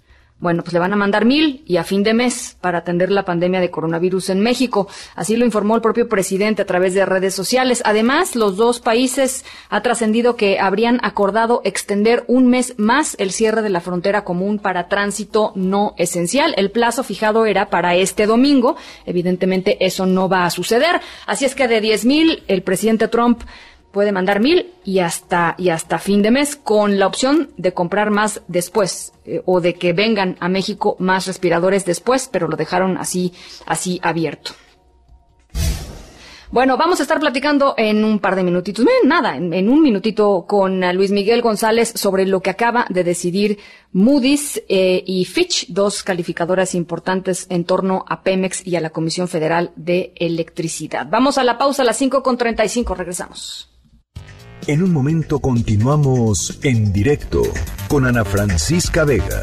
Bueno, pues le van a mandar mil y a fin de mes para atender la pandemia de coronavirus en México. Así lo informó el propio presidente a través de redes sociales. Además, los dos países ha trascendido que habrían acordado extender un mes más el cierre de la frontera común para tránsito no esencial. El plazo fijado era para este domingo. Evidentemente, eso no va a suceder. Así es que de diez mil, el presidente Trump puede mandar mil y hasta y hasta fin de mes, con la opción de comprar más después eh, o de que vengan a México más respiradores después, pero lo dejaron así así abierto. Bueno, vamos a estar platicando en un par de minutitos, eh, nada, en, en un minutito con Luis Miguel González sobre lo que acaba de decidir Moody's eh, y Fitch, dos calificadoras importantes en torno a Pemex y a la Comisión Federal de Electricidad. Vamos a la pausa a las cinco con treinta y cinco, regresamos. En un momento continuamos en directo con Ana Francisca Vega.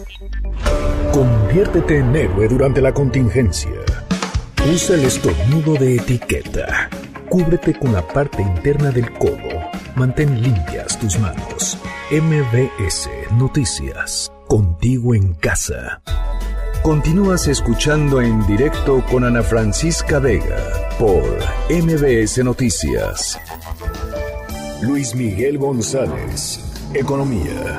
Conviértete en héroe durante la contingencia. Usa el estornudo de etiqueta. Cúbrete con la parte interna del codo. Mantén limpias tus manos. M B S Noticias. Contigo en casa. Continúas escuchando en directo con Ana Francisca Vega por M B S Noticias. Luis Miguel González, Economía.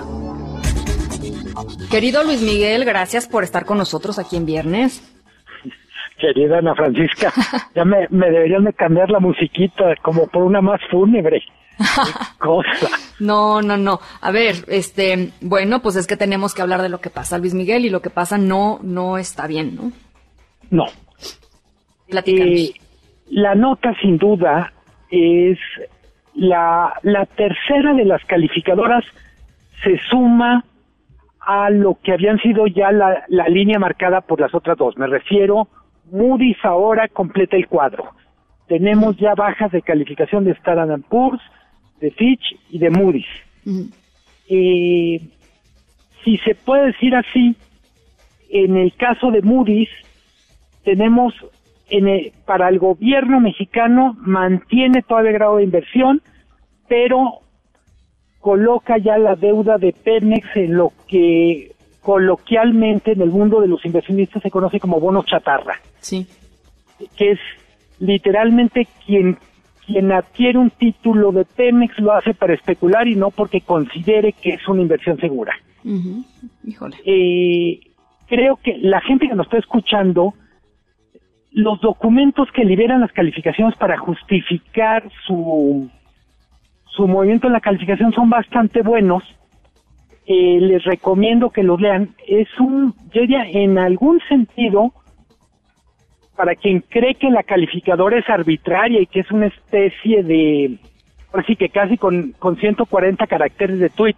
Querido Luis Miguel, gracias por estar con nosotros aquí en Viernes. Querida Ana Francisca, ya me, me deberían de cambiar la musiquita como por una más fúnebre. ¿Qué cosa? No, no, no. A ver, este, bueno, pues es que tenemos que hablar de lo que pasa, Luis Miguel, y lo que pasa no, no está bien, ¿no? No. Platícanos. Eh, la nota, sin duda, es la, la tercera de las calificadoras se suma a lo que habían sido ya la, la línea marcada por las otras dos. Me refiero, Moody's ahora completa el cuadro. Tenemos ya bajas de calificación de Standard and Poor's, de Fitch y de Moody's. Uh-huh. Eh, si se puede decir así, en el caso de Moody's, tenemos en el, para el gobierno mexicano mantiene todavía grado de inversión, pero coloca ya la deuda de Pemex en lo que coloquialmente en el mundo de los inversionistas se conoce como bonos chatarra. Sí. Que es literalmente quien quien adquiere un título de Pemex lo hace para especular y no porque considere que es una inversión segura. Uh-huh. Híjole. Eh, creo que la gente que nos está escuchando, los documentos que liberan las calificaciones para justificar su su movimiento en la calificación son bastante buenos. Eh, les recomiendo que los lean. Es un, yo diría, en algún sentido, para quien cree que la calificadora es arbitraria y que es una especie de, así que casi con, con ciento cuarenta caracteres de tweet,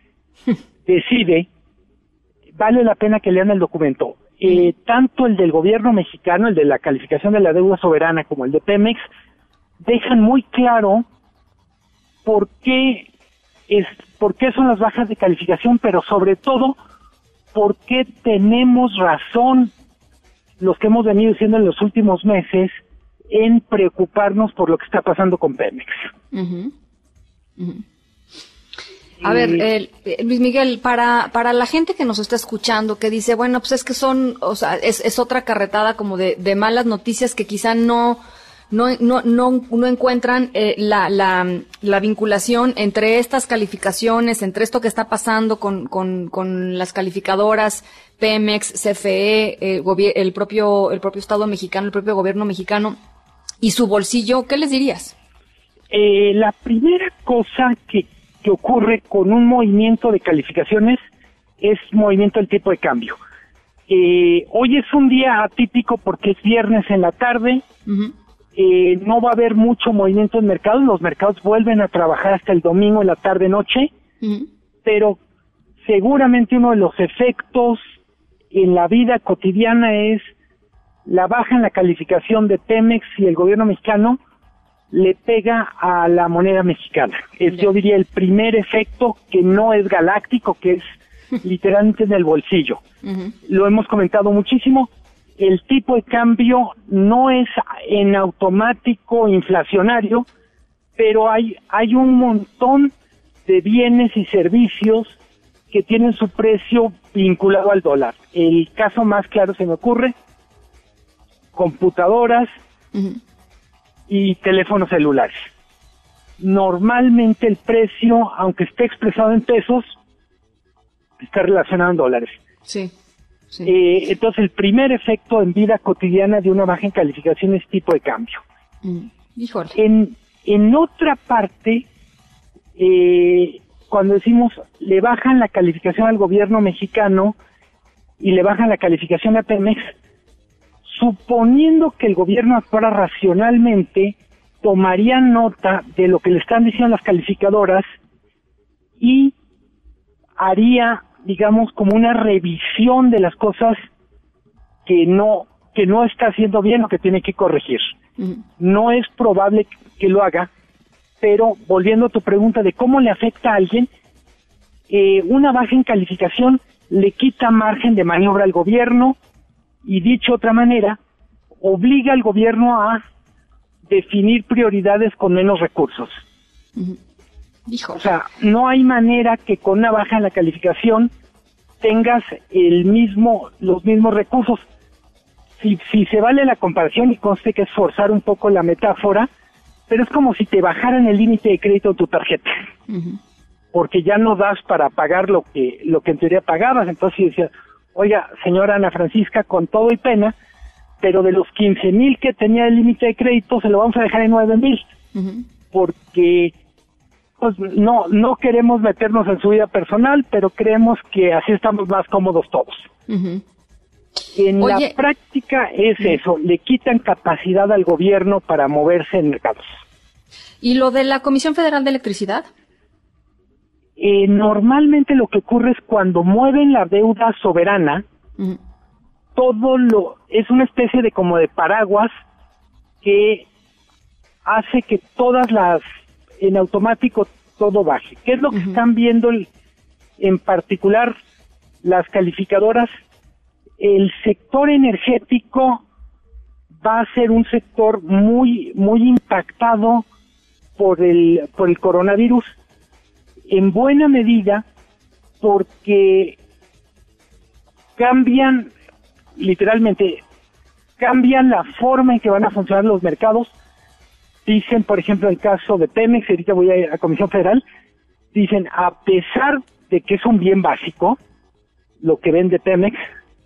decide, vale la pena que lean el documento. Eh, tanto el del gobierno mexicano, el de la calificación de la deuda soberana, como el de Pemex, dejan muy claro por qué es, por qué son las bajas de calificación, pero sobre todo, por qué tenemos razón los que hemos venido diciendo en los últimos meses en preocuparnos por lo que está pasando con Pemex. Uh-huh. Uh-huh. A ver, eh, Luis Miguel, para para la gente que nos está escuchando, que dice, bueno, pues es que son, o sea, es, es otra carretada como de, de malas noticias que quizá no no no no, no encuentran eh, la, la la vinculación entre estas calificaciones, entre esto que está pasando con con con las calificadoras Pemex, C F E, eh, gobier- el propio el propio Estado mexicano, el propio gobierno mexicano y su bolsillo. ¿Qué les dirías? Eh, la primera cosa que que ocurre con un movimiento de calificaciones es movimiento del tipo de cambio. Eh, hoy es un día atípico porque es viernes en la tarde. Uh-huh. Eh, no va a haber mucho movimiento en mercados, los mercados vuelven a trabajar hasta el domingo en la tarde-noche, uh-huh. pero seguramente uno de los efectos en la vida cotidiana es la baja en la calificación de Pemex y el gobierno mexicano le pega a la moneda mexicana. Es, yo diría, el primer efecto que no es galáctico, que es literalmente en el bolsillo. Uh-huh. Lo hemos comentado muchísimo. El tipo de cambio no es en automático inflacionario, pero hay hay un montón de bienes y servicios que tienen su precio vinculado al dólar. El caso más claro se me ocurre, computadoras uh-huh. y teléfonos celulares. Normalmente el precio, aunque esté expresado en pesos, está relacionado en dólares. Sí. sí. Eh, entonces el primer efecto en vida cotidiana de una baja en calificación es tipo de cambio. Mm. Híjole. En, en otra parte, eh, cuando decimos le bajan la calificación al gobierno mexicano y le bajan la calificación a Pemex, suponiendo que el gobierno actuara racionalmente, tomaría nota de lo que le están diciendo las calificadoras y haría, digamos, como una revisión de las cosas que no que no está haciendo bien o que tiene que corregir. Uh-huh. No es probable que lo haga, pero volviendo a tu pregunta de cómo le afecta a alguien, eh, una baja en calificación le quita margen de maniobra al gobierno y, dicho de otra manera, obliga al gobierno a definir prioridades con menos recursos. Uh-huh. Hijo. O sea, no hay manera que con una baja en la calificación tengas el mismo, los mismos recursos. Si, si se vale la comparación, y conste que es forzar un poco la metáfora, pero es como si te bajaran el límite de crédito de tu tarjeta, uh-huh. porque ya no das para pagar lo que lo que en teoría pagabas. Entonces si decías, oiga, señora Ana Francisca, con todo y pena, pero de los quince mil que tenía el límite de crédito, se lo vamos a dejar en nueve mil, uh-huh. porque pues no no queremos meternos en su vida personal, pero creemos que así estamos más cómodos todos. Uh-huh. En Oye, la práctica es uh-huh. eso, le quitan capacidad al gobierno para moverse en mercados. ¿Y lo de la Comisión Federal de Electricidad? Eh, normalmente lo que ocurre es cuando mueven la deuda soberana, uh-huh. todo lo es una especie de como de paraguas que hace que todas las en automático todo baje. ¿Qué es lo que uh-huh. están viendo el, en particular las calificadoras? El sector energético va a ser un sector muy muy impactado por el por el coronavirus, en buena medida porque cambian literalmente cambian la forma en que van a funcionar los mercados. Dicen, por ejemplo, el caso de Pemex, ahorita voy a ir a Comisión Federal, dicen, a pesar de que es un bien básico, lo que vende Pemex,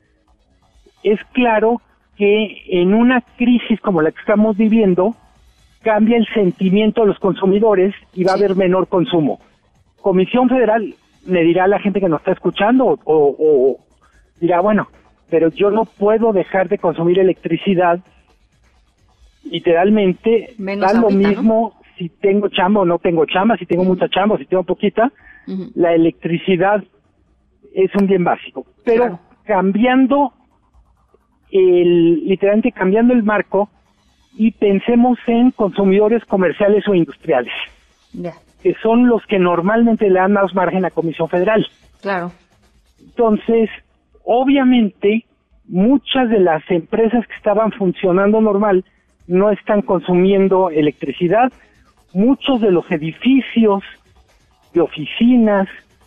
es claro que en una crisis como la que estamos viviendo, cambia el sentimiento de los consumidores y va a haber menor consumo. Comisión Federal le dirá a la gente que nos está escuchando, o, o, o dirá, bueno, pero yo no puedo dejar de consumir electricidad. Literalmente, menos da lo ahorita, mismo, ¿no? Si tengo chamba o no tengo chamba, si tengo mucha chamba o si tengo poquita, uh-huh. la electricidad es un bien básico. Pero claro. cambiando, el literalmente cambiando el marco, y pensemos en consumidores comerciales o industriales, yeah. que son los que normalmente le dan más margen a Comisión Federal. Claro. Entonces, obviamente, muchas de las empresas que estaban funcionando normal no están consumiendo electricidad. Muchos de los edificios de oficinas,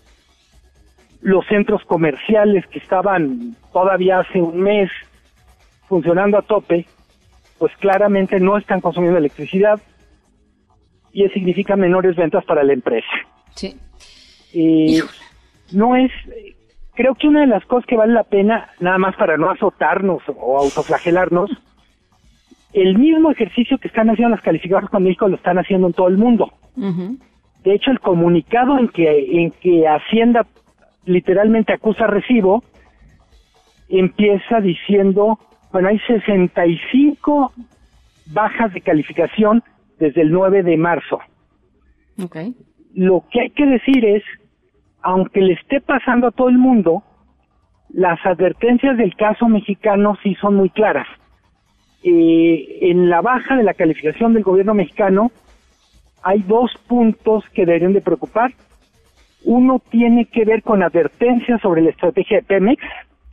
los centros comerciales que estaban todavía hace un mes funcionando a tope, pues claramente no están consumiendo electricidad, y eso significa menores ventas para la empresa. Sí. Eh, no es, creo que una de las cosas que vale la pena, nada más para no azotarnos o autoflagelarnos, el mismo ejercicio que están haciendo las calificadoras con México lo están haciendo en todo el mundo. Uh-huh. De hecho, el comunicado en que en que Hacienda literalmente acusa recibo empieza diciendo, bueno, hay sesenta y cinco bajas de calificación desde el nueve de marzo. Okay. Lo que hay que decir es, aunque le esté pasando a todo el mundo, las advertencias del caso mexicano sí son muy claras. Eh, en la baja de la calificación del gobierno mexicano hay dos puntos que deberían de preocupar. Uno tiene que ver con advertencias sobre la estrategia de Pemex,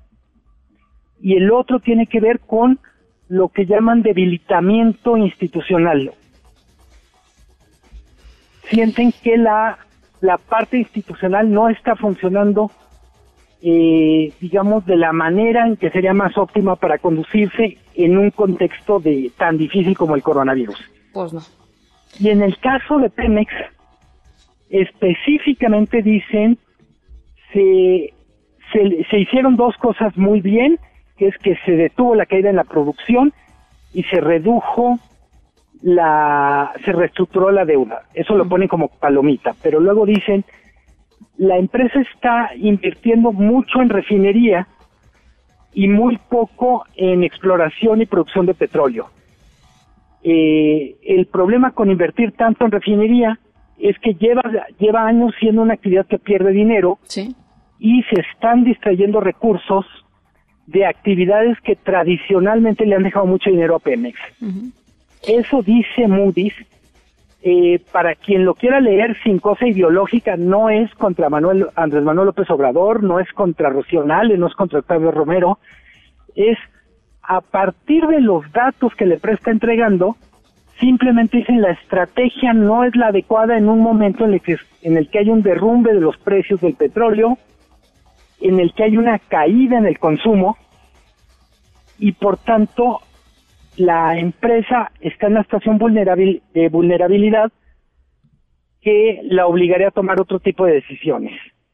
y el otro tiene que ver con lo que llaman debilitamiento institucional. Sienten que la la parte institucional no está funcionando, eh, digamos, de la manera en que sería más óptima para conducirse en un contexto de tan difícil como el coronavirus. Pues no. Y en el caso de Pemex, específicamente dicen, se, se, se hicieron dos cosas muy bien, que es que se detuvo la caída en la producción y se redujo la, se reestructuró la deuda. Eso lo ponen como palomita, pero luego dicen, la empresa está invirtiendo mucho en refinería y muy poco en exploración y producción de petróleo. Eh, el problema con invertir tanto en refinería es que lleva, lleva años siendo una actividad que pierde dinero, sí, y se están distrayendo recursos de actividades que tradicionalmente le han dejado mucho dinero a Pemex. Uh-huh. Eso dice Moody's. Eh, para quien lo quiera leer sin cosa ideológica, no es contra Manuel Andrés Manuel López Obrador, no es contra Rocío Nale, no es contra Octavio Romero, es a partir de los datos que le está entregando, simplemente dicen la estrategia no es la adecuada en un momento en el que, en el que hay un derrumbe de los precios del petróleo, en el que hay una caída en el consumo, y por tanto la empresa está en una situación vulnerabil, de vulnerabilidad que la obligaría a tomar otro tipo de decisiones.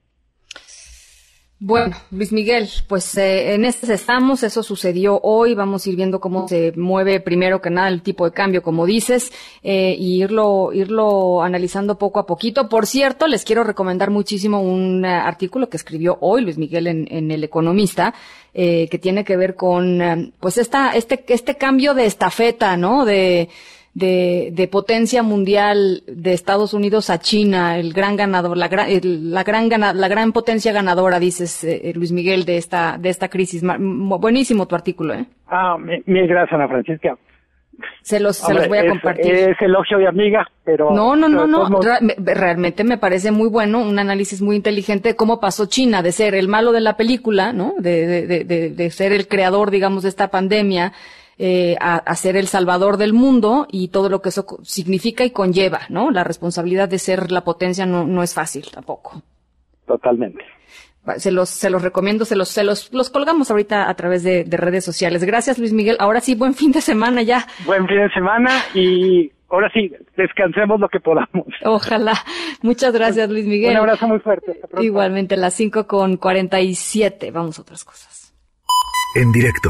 Bueno, Luis Miguel, pues eh, en este estamos, eso sucedió hoy, vamos a ir viendo cómo se mueve primero que nada el tipo de cambio, como dices, eh, y irlo irlo analizando poco a poquito. Por cierto, les quiero recomendar muchísimo un uh, artículo que escribió hoy Luis Miguel en, en El Economista, eh, que tiene que ver con, uh, pues esta este este cambio de estafeta, ¿no?, de de, de potencia mundial de Estados Unidos a China, el gran ganador, la gran, el, la gran gana, la gran potencia ganadora, dices, eh, Luis Miguel, de esta, de esta crisis. Buenísimo tu artículo, ¿eh? Ah, mil gracias, Ana Francisca. Se los, Hombre, se los voy a es, compartir. Es elogio de amiga, pero... No, no, no, no. Modos... Realmente me parece muy bueno, un análisis muy inteligente de cómo pasó China de ser el malo de la película, ¿no? De, de, de, de, de ser el creador, digamos, de esta pandemia, eh, a, a ser el salvador del mundo y todo lo que eso significa y conlleva, ¿no? La responsabilidad de ser la potencia no, no es fácil tampoco. Totalmente. Se los, se los recomiendo, se los, se los, los colgamos ahorita a través de, de redes sociales. Gracias, Luis Miguel. Ahora sí, buen fin de semana ya. Buen fin de semana y ahora sí, descansemos lo que podamos. Ojalá. Muchas gracias, Luis Miguel. Un abrazo muy fuerte. Hasta pronto. Igualmente, las cinco con cuarenta y siete. Vamos a otras cosas. En directo.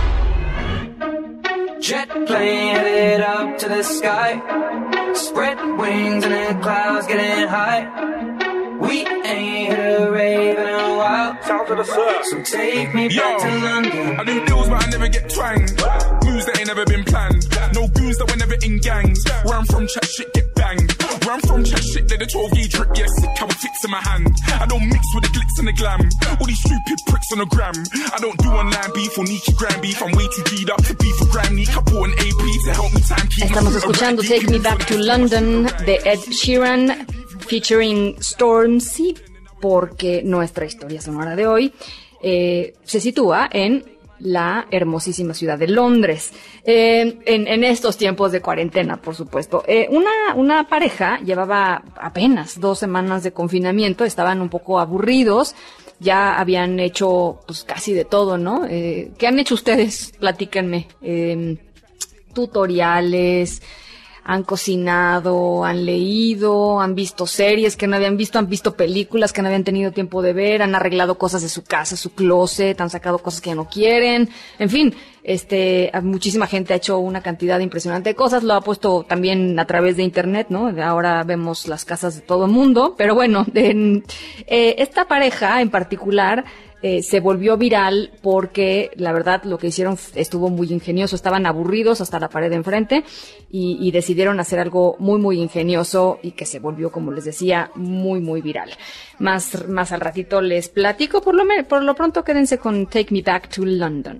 Jet plane headed up to the sky. Spread wings and the clouds getting high. We ain't hit a rave in a while. Sounds of the surf. So take me Yo, back to London. I do deals but I never get twanged. Moves that ain't never been planned. No goons that were never in gangs. Where I'm from, chat shit get banged. Where I'm from, chat shit let the twelve gauge drip. Yeah, sick how it fits in my hand. I don't mix with the glitz and the glam. All these stupid pricks on the gram. I don't do online beef or Nikki Gram beef. I'm way too G'd up to beef for Gram. Nick, I bought an A P to help me time keep. Estamos escuchando Take Me Back to London de Ed Sheeran featuring Stormzy, porque nuestra historia sonora de hoy eh, se sitúa en la hermosísima ciudad de Londres, eh, en, en estos tiempos de cuarentena, por supuesto. Eh, una, una pareja llevaba apenas dos semanas de confinamiento, estaban un poco aburridos, ya habían hecho pues casi de todo, ¿no? Eh, ¿qué han hecho ustedes? Platíquenme. Eh, tutoriales, han cocinado, han leído, han visto series que no habían visto, han visto películas que no habían tenido tiempo de ver, han arreglado cosas de su casa, su closet, han sacado cosas que ya no quieren, en fin, este, muchísima gente ha hecho una cantidad impresionante de cosas, lo ha puesto también a través de internet, ¿no? Ahora vemos las casas de todo el mundo, pero bueno, de, eh, esta pareja en particular Eh, se volvió viral porque la verdad lo que hicieron estuvo muy ingenioso, estaban aburridos hasta la pared de enfrente y, y decidieron hacer algo muy muy ingenioso y que se volvió, como les decía, muy muy viral. Más, más al ratito les platico, por lo, me, por lo pronto quédense con Take Me Back to London.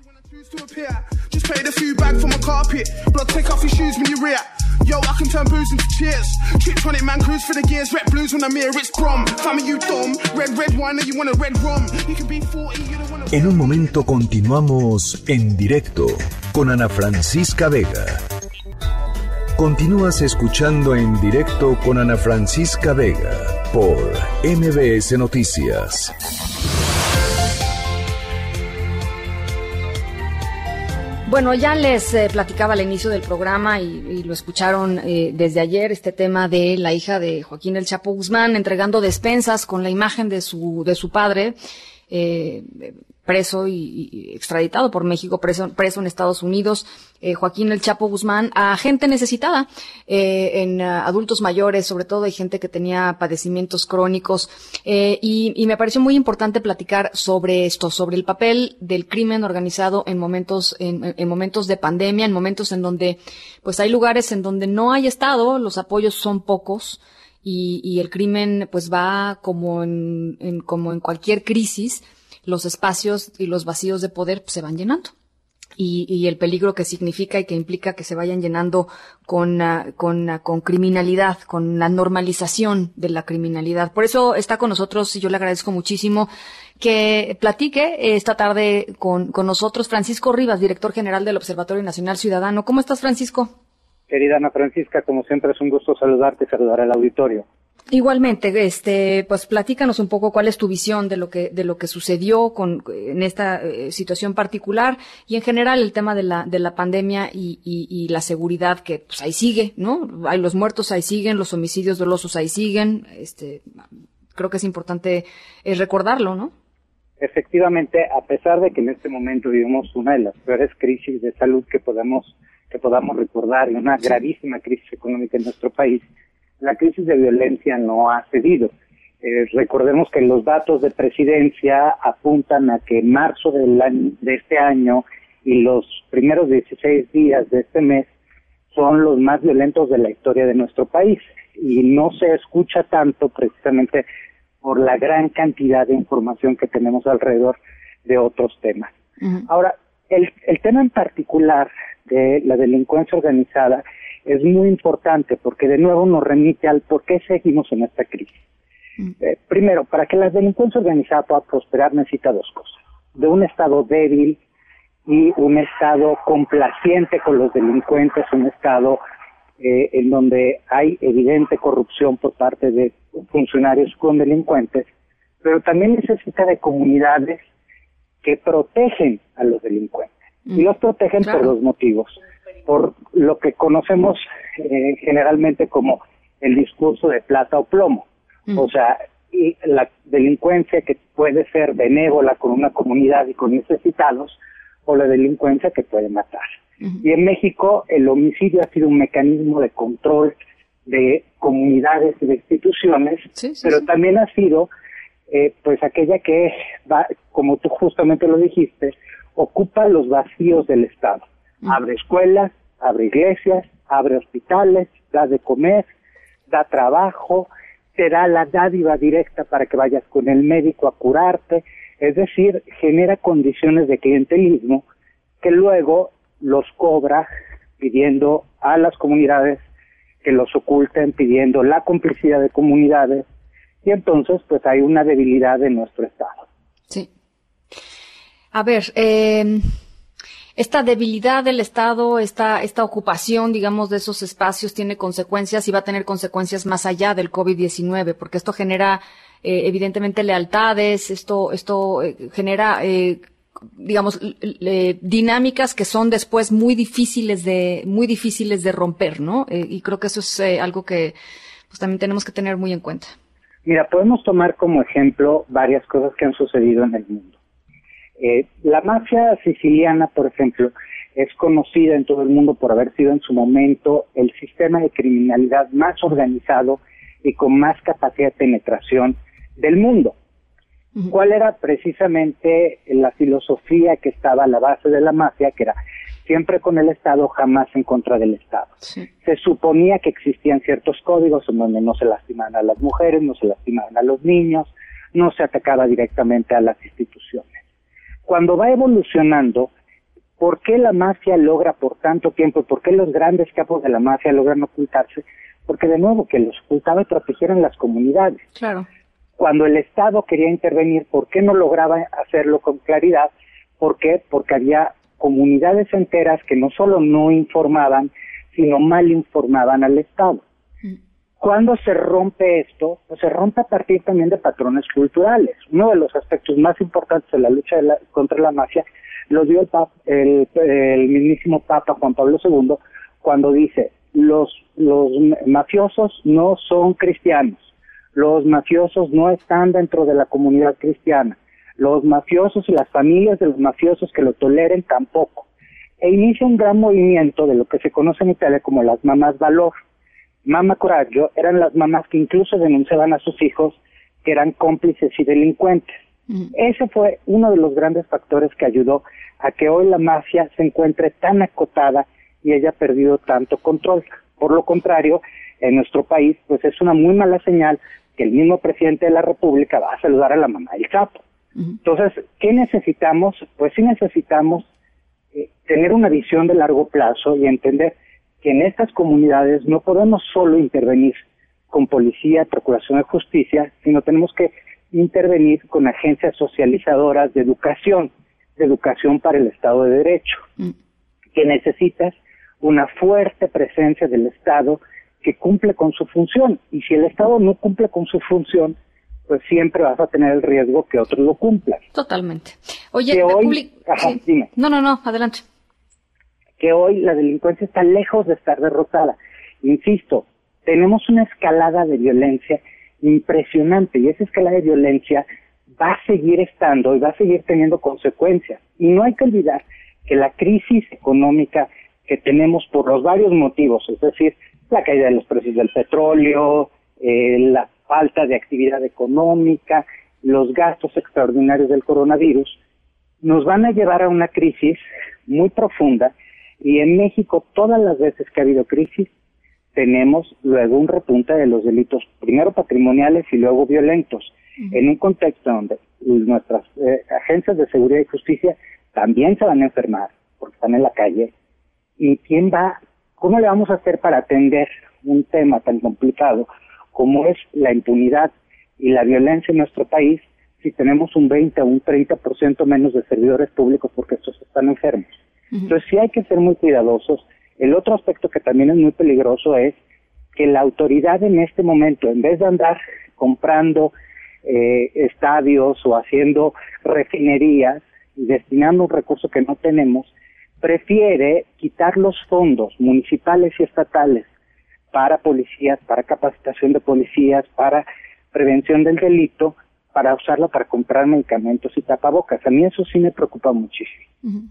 Just play the food bag from a carpet. Blood, take off your shoes when you react. Yo, I can turn booze into cheers. Trip tonic man, cruise for the gears. Red blues when I'm here, it's prom. Family, you dumb. Red, red wine, and you want a red rum. You can be forty, you don't want a... En un momento continuamos en directo con Ana Francisca Vega. Continúas escuchando En Directo con Ana Francisca Vega por M B S Noticias. Bueno, ya les eh, platicaba al inicio del programa y, y lo escucharon eh, desde ayer, este tema de la hija de Joaquín El Chapo Guzmán entregando despensas con la imagen de su de su padre, eh, preso y, y extraditado por México, preso, preso en Estados Unidos, eh, Joaquín El Chapo Guzmán, a gente necesitada, eh, en uh, adultos mayores, sobre todo hay gente que tenía padecimientos crónicos, eh, y, y me pareció muy importante platicar sobre esto, sobre el papel del crimen organizado en momentos, en, en momentos de pandemia, en momentos en donde, pues hay lugares en donde no hay Estado, los apoyos son pocos, y, y el crimen, pues va como en, en como en cualquier crisis, los espacios y los vacíos de poder pues, se van llenando. Y, y el peligro que significa y que implica que se vayan llenando con, uh, con, uh, con criminalidad, con la normalización de la criminalidad. Por eso está con nosotros y yo le agradezco muchísimo que platique esta tarde con, con nosotros Francisco Rivas, director general del Observatorio Nacional Ciudadano. ¿Cómo estás, Francisco? Querida Ana Francisca, como siempre es un gusto saludarte y saludar al auditorio. Igualmente, este, pues platícanos un poco cuál es tu visión de lo que de lo que sucedió con en esta eh, situación particular y en general el tema de la de la pandemia y, y, y la seguridad que pues ahí sigue, ¿no? Hay los muertos ahí siguen, los homicidios dolosos ahí siguen, este, creo que es importante eh, recordarlo, ¿no? Efectivamente, a pesar de que en este momento vivimos una de las peores crisis de salud que podamos que podamos recordar y una gravísima crisis económica en nuestro país, la crisis de violencia no ha cedido. Eh, recordemos que los datos de presidencia apuntan a que en marzo del año, de este año y los primeros dieciséis días de este mes son los más violentos de la historia de nuestro país. Y no se escucha tanto precisamente por la gran cantidad de información que tenemos alrededor de otros temas. Uh-huh. Ahora, el, el tema en particular de la delincuencia organizada es muy importante porque de nuevo nos remite al por qué seguimos en esta crisis. Mm. Eh, primero, para que la delincuencia organizada pueda prosperar necesita dos cosas. De un Estado débil y un Estado complaciente con los delincuentes, un Estado eh, en donde hay evidente corrupción por parte de funcionarios con delincuentes, pero también necesita de comunidades que protegen a los delincuentes. Mm. Y los protegen claro. por dos motivos. Por lo que conocemos eh, generalmente como el discurso de plata o plomo. Mm. O sea, y la delincuencia que puede ser benévola con una comunidad y con necesitados, o la delincuencia que puede matar. Mm. Y en México el homicidio ha sido un mecanismo de control de comunidades y de instituciones, sí, sí, pero sí. también ha sido eh, pues aquella que va, como tú justamente lo dijiste, ocupa los vacíos del Estado. Abre escuelas, abre iglesias, abre hospitales, da de comer, da trabajo, te da la dádiva directa para que vayas con el médico a curarte, es decir, genera condiciones de clientelismo que luego los cobra pidiendo a las comunidades que los oculten, pidiendo la complicidad de comunidades, y entonces pues hay una debilidad en nuestro Estado. Sí. A ver, eh... esta debilidad del Estado, esta, esta ocupación, digamos, de esos espacios tiene consecuencias y va a tener consecuencias más allá del COVID diecinueve, porque esto genera, eh, evidentemente, lealtades, esto, esto eh, genera, eh, digamos, le, dinámicas que son después muy difíciles de, muy difíciles de romper, ¿no? Eh, y creo que eso es eh, algo que, pues, también tenemos que tener muy en cuenta. Mira, podemos tomar como ejemplo varias cosas que han sucedido en el mundo. Eh, la mafia siciliana, por ejemplo, es conocida en todo el mundo por haber sido en su momento el sistema de criminalidad más organizado y con más capacidad de penetración del mundo. Uh-huh. ¿Cuál era precisamente la filosofía que estaba a la base de la mafia? Que era siempre con el Estado, jamás en contra del Estado. Sí. Se suponía que existían ciertos códigos en donde no se lastimaban a las mujeres, no se lastimaban a los niños, no se atacaba directamente a las instituciones. Cuando va evolucionando, ¿por qué la mafia logra por tanto tiempo? ¿Por qué los grandes capos de la mafia logran ocultarse? Porque de nuevo, que los ocultaba y protegieran las comunidades. Claro. Cuando el Estado quería intervenir, ¿por qué no lograba hacerlo con claridad? ¿Por qué? Porque había comunidades enteras que no solo no informaban, sino mal informaban al Estado. ¿Cuándo se rompe esto? Pues se rompe a partir también de patrones culturales. Uno de los aspectos más importantes de la lucha de la, contra la mafia lo dio el, pap, el, el mismísimo Papa Juan Pablo segundo cuando dice, los, los mafiosos no son cristianos, los mafiosos no están dentro de la comunidad cristiana, los mafiosos y las familias de los mafiosos que lo toleren tampoco. E inicia un gran movimiento de lo que se conoce en Italia como las mamás valor. Mamá Coraggio eran las mamás que incluso denunciaban a sus hijos que eran cómplices y delincuentes. Mm. Ese fue uno de los grandes factores que ayudó a que hoy la mafia se encuentre tan acotada y haya perdido tanto control. Por lo contrario, en nuestro país, pues es una muy mala señal que el mismo presidente de la República va a saludar a la mamá del Chapo. Mm. Entonces, ¿qué necesitamos? Pues sí necesitamos eh, tener una visión de largo plazo y entender que en estas comunidades no podemos solo intervenir con policía, procuración de justicia, sino tenemos que intervenir con agencias socializadoras de educación, de educación para el Estado de Derecho, mm. que necesitas una fuerte presencia del Estado que cumple con su función, y si el Estado no cumple con su función, pues siempre vas a tener el riesgo que otros lo cumplan. Totalmente. Oye, que hoy, public... ajá, sí. dime. No, no, no, adelante. Que hoy la delincuencia está lejos de estar derrotada. Insisto, tenemos una escalada de violencia impresionante y esa escalada de violencia va a seguir estando y va a seguir teniendo consecuencias. Y no hay que olvidar que la crisis económica que tenemos por los varios motivos, es decir, la caída de los precios del petróleo, eh, la falta de actividad económica, los gastos extraordinarios del coronavirus, nos van a llevar a una crisis muy profunda. Y en México, todas las veces que ha habido crisis, tenemos luego un repunte de los delitos, primero patrimoniales y luego violentos, uh-huh. en un contexto donde nuestras eh, agencias de seguridad y justicia también se van a enfermar, porque están en la calle. ¿Y quién va? ¿Cómo le vamos a hacer para atender un tema tan complicado como es la impunidad y la violencia en nuestro país si tenemos un veinte o un treinta por ciento menos de servidores públicos porque estos están enfermos? Entonces sí hay que ser muy cuidadosos. El otro aspecto que también es muy peligroso es que la autoridad en este momento, en vez de andar comprando eh, estadios o haciendo refinerías y destinando un recurso que no tenemos, prefiere quitar los fondos municipales y estatales para policías, para capacitación de policías, para prevención del delito, para usarlo para comprar medicamentos y tapabocas. A mí eso sí me preocupa muchísimo. Uh-huh.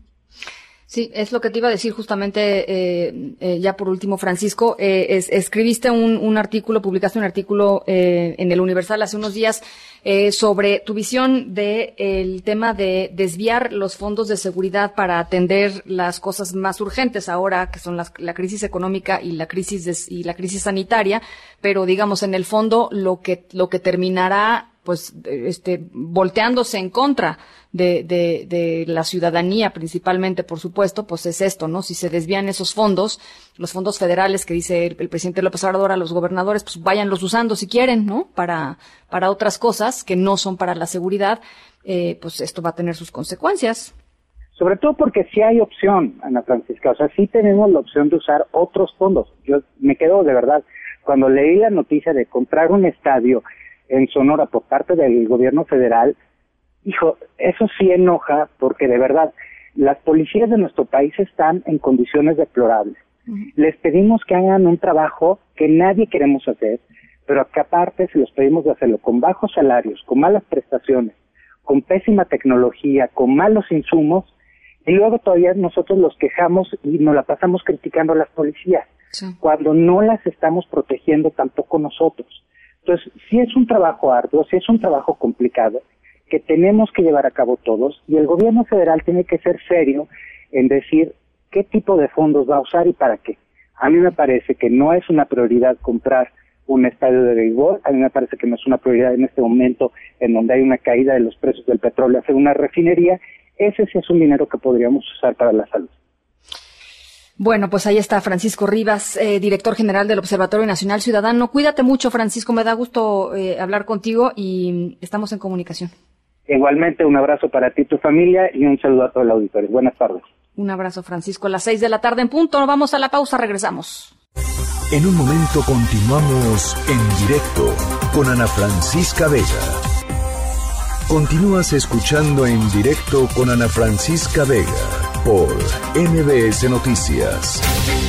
Sí, es lo que te iba a decir justamente, eh, eh, ya por último, Francisco, eh, es, escribiste un, un artículo, publicaste un artículo eh, en el Universal hace unos días eh, sobre tu visión de el tema de desviar los fondos de seguridad para atender las cosas más urgentes ahora, que son las, la crisis económica y la crisis de, y la crisis sanitaria, pero digamos en el fondo lo que lo que terminará pues este volteándose en contra de, de, de la ciudadanía principalmente, por supuesto, pues es esto, ¿no? Si se desvían esos fondos, los fondos federales que dice el, el presidente López Obrador a los gobernadores, pues váyanlos usando si quieren, ¿no? Para, para otras cosas que no son para la seguridad, eh, pues esto va a tener sus consecuencias. Sobre todo porque sí hay opción, Ana Francisca, o sea, sí tenemos la opción de usar otros fondos. Yo me quedo de verdad, cuando leí la noticia de comprar un estadio en Sonora por parte del gobierno federal, hijo, eso sí enoja porque de verdad las policías de nuestro país están en condiciones deplorables. Uh-huh. Les pedimos que hagan un trabajo que nadie queremos hacer, pero que aparte se los pedimos de hacerlo con bajos salarios, con malas prestaciones, con pésima tecnología, con malos insumos, y luego todavía nosotros los quejamos y nos la pasamos criticando a las policías, sí. cuando no las estamos protegiendo tampoco nosotros. Entonces, sí es un trabajo arduo, sí es un trabajo complicado, que tenemos que llevar a cabo todos, y el gobierno federal tiene que ser serio en decir qué tipo de fondos va a usar y para qué. A mí me parece que no es una prioridad comprar un estadio de béisbol, a mí me parece que no es una prioridad en este momento en donde hay una caída de los precios del petróleo, hacer una refinería. Ese sí es un dinero que podríamos usar para la salud. Bueno, pues ahí está Francisco Rivas, eh, director general del Observatorio Nacional Ciudadano. Cuídate mucho, Francisco, me da gusto eh, hablar contigo y estamos en comunicación. Igualmente, un abrazo para ti y tu familia y un saludo a todo el auditorio. Buenas tardes. Un abrazo, Francisco. A las seis de la tarde en punto. Vamos a la pausa, regresamos. En un momento continuamos en directo con Ana Francisca Vega. Continúas escuchando En Directo con Ana Francisca Vega por M B S Noticias.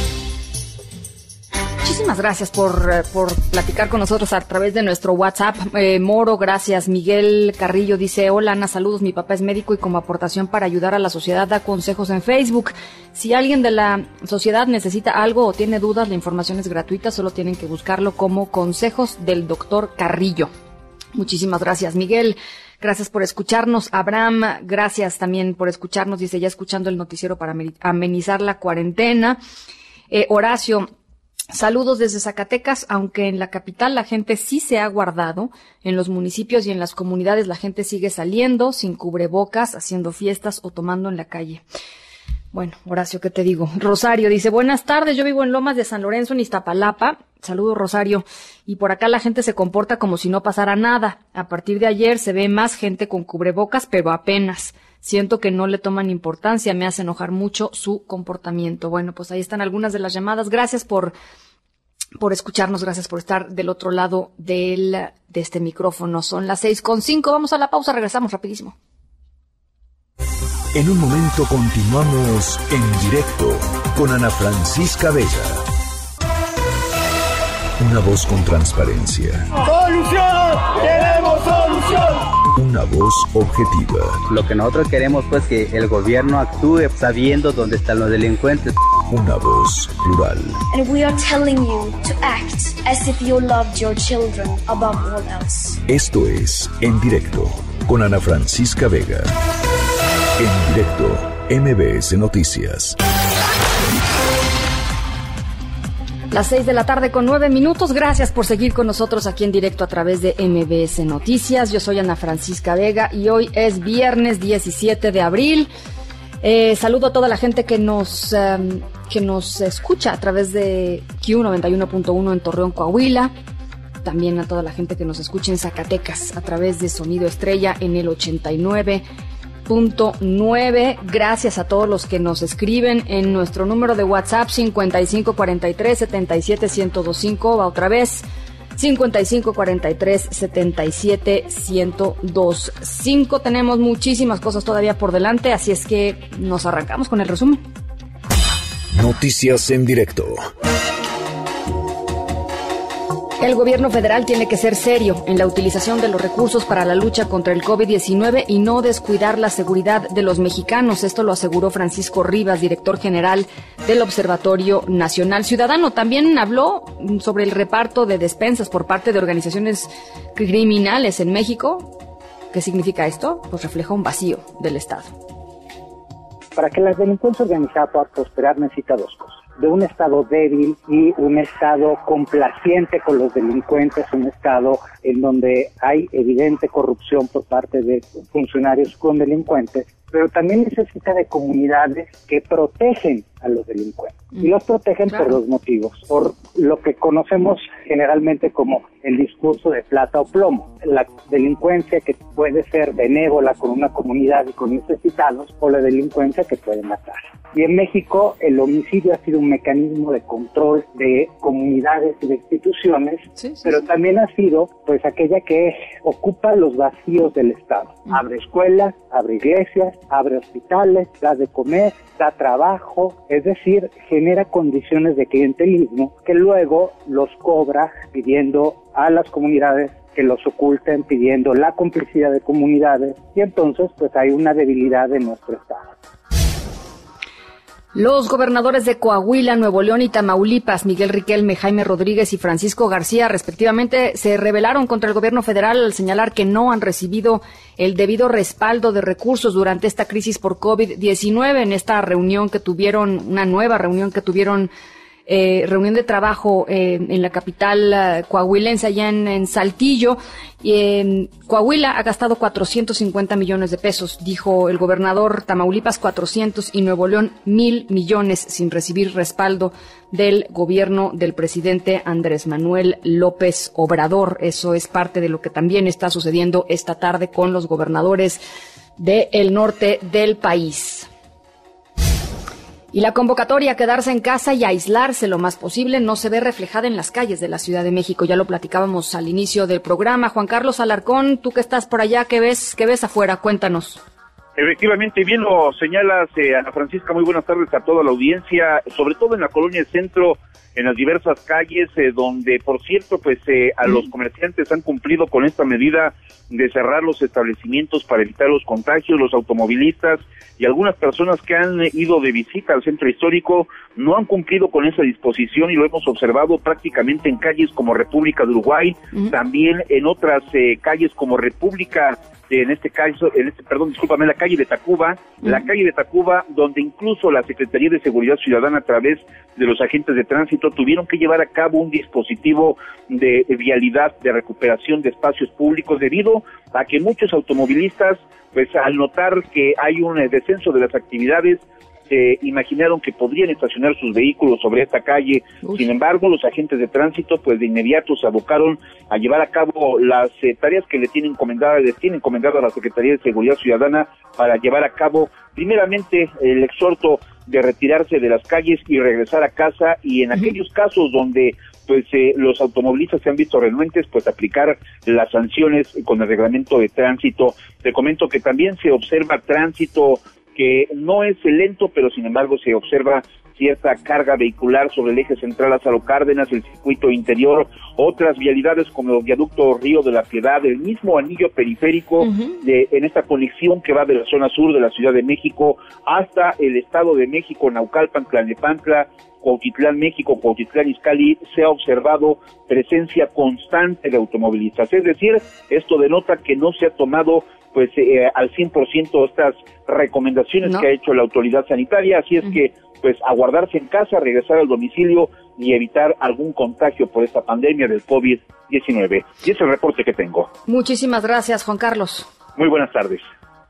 Muchísimas gracias por, por platicar con nosotros a través de nuestro WhatsApp. Eh, Moro, gracias. Miguel Carrillo dice, hola Ana, saludos, mi papá es médico y como aportación para ayudar a la sociedad da consejos en Facebook. Si alguien de la sociedad necesita algo o tiene dudas, la información es gratuita, solo tienen que buscarlo como Consejos del Doctor Carrillo. Muchísimas gracias, Miguel. Gracias por escucharnos. Abraham, gracias también por escucharnos. Dice, ya escuchando el noticiero para amenizar la cuarentena. Eh, Horacio, saludos desde Zacatecas, aunque en la capital la gente sí se ha guardado, en los municipios y en las comunidades la gente sigue saliendo sin cubrebocas, haciendo fiestas o tomando en la calle. Bueno, Horacio, ¿qué te digo? Rosario dice, buenas tardes, yo vivo en Lomas de San Lorenzo, en Iztapalapa. Saludos, Rosario. Y por acá la gente se comporta como si no pasara nada. A partir de ayer se ve más gente con cubrebocas, pero apenas. Siento que no le toman importancia, me hace enojar mucho su comportamiento. Bueno, pues ahí están algunas de las llamadas. Gracias por, por escucharnos, gracias por estar del otro lado del, de este micrófono. Son las seis con cinco, vamos a la pausa, regresamos rapidísimo. En un momento continuamos en directo con Ana Francisca Vega. Una voz con transparencia. ¡Solución! ¡Queremos solución! Una voz objetiva. Lo que nosotros queremos, pues, que el gobierno actúe sabiendo dónde están los delincuentes. Una voz plural. And we are telling you to act as if you loved your children above all else. Esto es En Directo con Ana Francisca Vega. En directo, M B S Noticias. Las seis de la tarde con nueve minutos. Gracias por seguir con nosotros aquí en directo a través de M B S Noticias. Yo soy Ana Francisca Vega y hoy es viernes diecisiete de abril. Eh, saludo a toda la gente que nos, um, que nos escucha a través de Q noventa y uno punto uno en Torreón, Coahuila. También a toda la gente que nos escucha en Zacatecas a través de Sonido Estrella en el ochenta y nueve punto nueve. Gracias a todos los que nos escriben en nuestro número de WhatsApp cincuenta y cinco cuarenta y tres setenta y siete ciento veinticinco. Va otra vez cincuenta y cinco cuarenta y tres setenta y siete ciento veinticinco. Tenemos muchísimas cosas todavía por delante, así es que nos arrancamos con el resumen. Noticias en directo. El gobierno federal tiene que ser serio en la utilización de los recursos para la lucha contra el COVID diecinueve y no descuidar la seguridad de los mexicanos. Esto lo aseguró Francisco Rivas, director general del Observatorio Nacional Ciudadano. También habló sobre el reparto de despensas por parte de organizaciones criminales en México. ¿Qué significa esto? Pues refleja un vacío del Estado. Para que la delincuencia organizada pueda prosperar necesita dos cosas. De un Estado débil y un Estado complaciente con los delincuentes, un Estado en donde hay evidente corrupción por parte de funcionarios con delincuentes, pero también necesita de comunidades que protegen a los delincuentes. Y los protegen claro. por dos motivos. Por lo que conocemos generalmente como el discurso de plata o plomo. La delincuencia que puede ser benévola con una comunidad y con necesitados, o la delincuencia que puede matar. Y en México el homicidio ha sido un mecanismo de control de comunidades y de instituciones, sí, sí, pero sí. también ha sido pues aquella que ocupa los vacíos del Estado. Mm. Abre escuelas, abre iglesias, abre hospitales, da de comer, da trabajo, es decir, genera condiciones de clientelismo que luego los cobra pidiendo a las comunidades que los oculten, pidiendo la complicidad de comunidades, y entonces pues hay una debilidad en nuestro Estado. Los gobernadores de Coahuila, Nuevo León y Tamaulipas, Miguel Riquelme, Jaime Rodríguez y Francisco García, respectivamente, se rebelaron contra el gobierno federal al señalar que no han recibido el debido respaldo de recursos durante esta crisis por COVID diecinueve. En esta reunión que tuvieron, una nueva reunión que tuvieron, eh, reunión de trabajo eh, en la capital uh, coahuilense, allá en, en Saltillo. Y, eh, Coahuila ha gastado cuatrocientos cincuenta millones de pesos, dijo el gobernador. Tamaulipas cuatrocientos y Nuevo León mil millones sin recibir respaldo del gobierno del presidente Andrés Manuel López Obrador. Eso es parte de lo que también está sucediendo esta tarde con los gobernadores del norte del país. Y la convocatoria a quedarse en casa y aislarse lo más posible no se ve reflejada en las calles de la Ciudad de México. Ya lo platicábamos al inicio del programa. Juan Carlos Alarcón, tú que estás por allá, ¿qué ves, qué ves afuera? Cuéntanos. Efectivamente, bien lo señalas, eh, Ana Francisca, muy buenas tardes a toda la audiencia, sobre todo en la colonia Centro, en las diversas calles, eh, donde, por cierto, pues eh, a los comerciantes han cumplido con esta medida de cerrar los establecimientos para evitar los contagios. Los automovilistas y algunas personas que han ido de visita al centro histórico no han cumplido con esa disposición, y lo hemos observado prácticamente en calles como República de Uruguay, uh-huh. también en otras eh, calles como República, en este caso, en este, perdón, discúlpame, la calle de Tacuba, uh-huh. la calle de Tacuba, donde incluso la Secretaría de Seguridad Ciudadana, a través de los agentes de tránsito, tuvieron que llevar a cabo un dispositivo de vialidad, de recuperación de espacios públicos, debido a que muchos automovilistas, pues al notar que hay un descenso de las actividades, se imaginaron que podrían estacionar sus vehículos sobre esta calle. Uf. Sin embargo, los agentes de tránsito, pues de inmediato se abocaron a llevar a cabo las eh, tareas que le tienen encomendadas, les tienen encomendado a la Secretaría de Seguridad Ciudadana, para llevar a cabo, primeramente, el exhorto de retirarse de las calles y regresar a casa, y en aquellos uh-huh. casos donde pues eh, los automovilistas se han visto renuentes, pues aplicar las sanciones con el reglamento de tránsito. Te comento que también se observa tránsito que no es lento, pero sin embargo se observa cierta carga vehicular sobre el eje central Lázaro Cárdenas, el circuito interior, otras vialidades como el viaducto Río de la Piedad, el mismo anillo periférico uh-huh. de, en esta conexión que va de la zona sur de la Ciudad de México hasta el Estado de México, Naucalpan, Tlalnepantla, Cuautitlán, México, Cuautitlán, Izcalli, se ha observado presencia constante de automovilistas. Es decir, esto denota que no se ha tomado pues eh, al cien por ciento estas recomendaciones no. que ha hecho la autoridad sanitaria, así es uh-huh. que pues aguardarse en casa, regresar al domicilio y evitar algún contagio por esta pandemia del COVID diecinueve. Y ese es el reporte que tengo. Muchísimas gracias, Juan Carlos. Muy buenas tardes.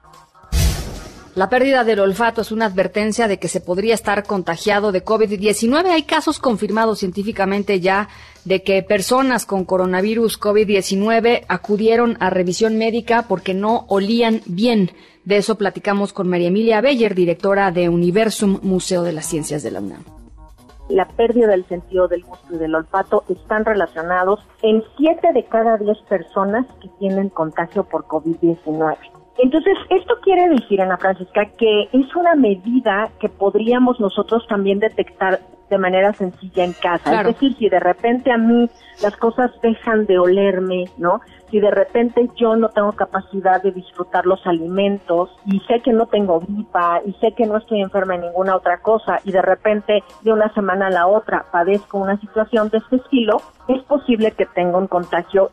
La pérdida del olfato es una advertencia de que se podría estar contagiado de COVID diecinueve. Hay casos confirmados científicamente ya de que personas con coronavirus COVID diecinueve acudieron a revisión médica porque no olían bien. De eso platicamos con María Emilia Beyer, directora de Universum, Museo de las Ciencias de la UNAM. La pérdida del sentido del gusto y del olfato están relacionados en siete de cada diez personas que tienen contagio por COVID diecinueve. Entonces, esto quiere decir, Ana Francisca, que es una medida que podríamos nosotros también detectar de manera sencilla en casa. Claro. Es decir, si de repente a mí las cosas dejan de olerme, ¿no? Si de repente yo no tengo capacidad de disfrutar los alimentos y sé que no tengo gripa y sé que no estoy enferma en ninguna otra cosa y de repente de una semana a la otra padezco una situación de este estilo, es posible que tenga un contagio.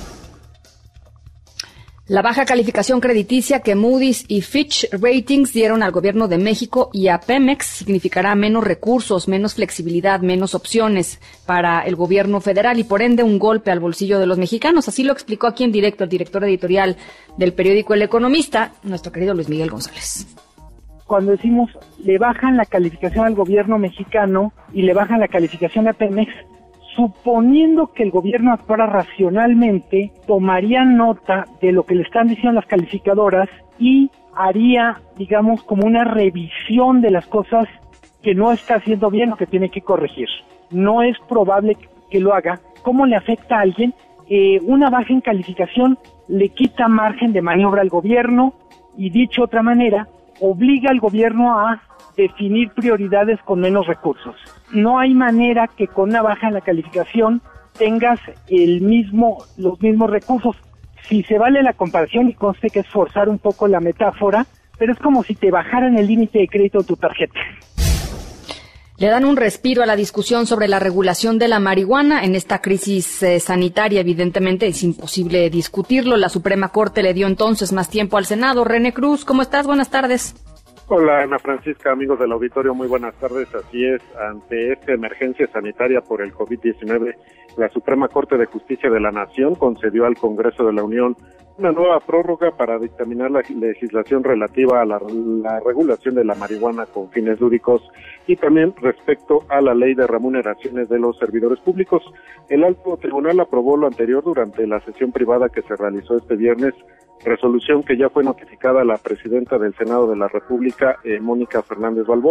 La baja calificación crediticia que Moody's y Fitch Ratings dieron al Gobierno de México y a Pemex significará menos recursos, menos flexibilidad, menos opciones para el Gobierno federal y por ende un golpe al bolsillo de los mexicanos. Así lo explicó aquí en directo el director editorial del periódico El Economista, nuestro querido Luis Miguel González. Cuando decimos le bajan la calificación al Gobierno mexicano y le bajan la calificación a Pemex, suponiendo que el gobierno actuara racionalmente, tomaría nota de lo que le están diciendo las calificadoras y haría, digamos, como una revisión de las cosas que no está haciendo bien o que tiene que corregir. No es probable que lo haga. ¿Cómo le afecta a alguien? Eh, una baja en calificación le quita margen de maniobra al gobierno y, dicho de otra manera, obliga al gobierno a definir prioridades con menos recursos. No hay manera que con una baja en la calificación tengas el mismo, los mismos recursos. Si se vale la comparación, y conste que es forzar un poco la metáfora, pero es como si te bajaran el límite de crédito de tu tarjeta. Le dan un respiro a la discusión sobre la regulación de la marihuana. En esta crisis eh, sanitaria, evidentemente, es imposible discutirlo. La Suprema Corte le dio entonces más tiempo al Senado. René Cruz, ¿cómo estás? Buenas tardes. Hola, Ana Francisca, amigos del auditorio, muy buenas tardes. Así es, ante esta emergencia sanitaria por el COVID diecinueve, la Suprema Corte de Justicia de la Nación concedió al Congreso de la Unión una nueva prórroga para dictaminar la legislación relativa a la, la regulación de la marihuana con fines lúdicos y también respecto a la ley de remuneraciones de los servidores públicos. El alto tribunal aprobó lo anterior durante la sesión privada que se realizó este viernes, resolución que ya fue notificada a la presidenta del Senado de la República, eh, Mónica Fernández Balboa.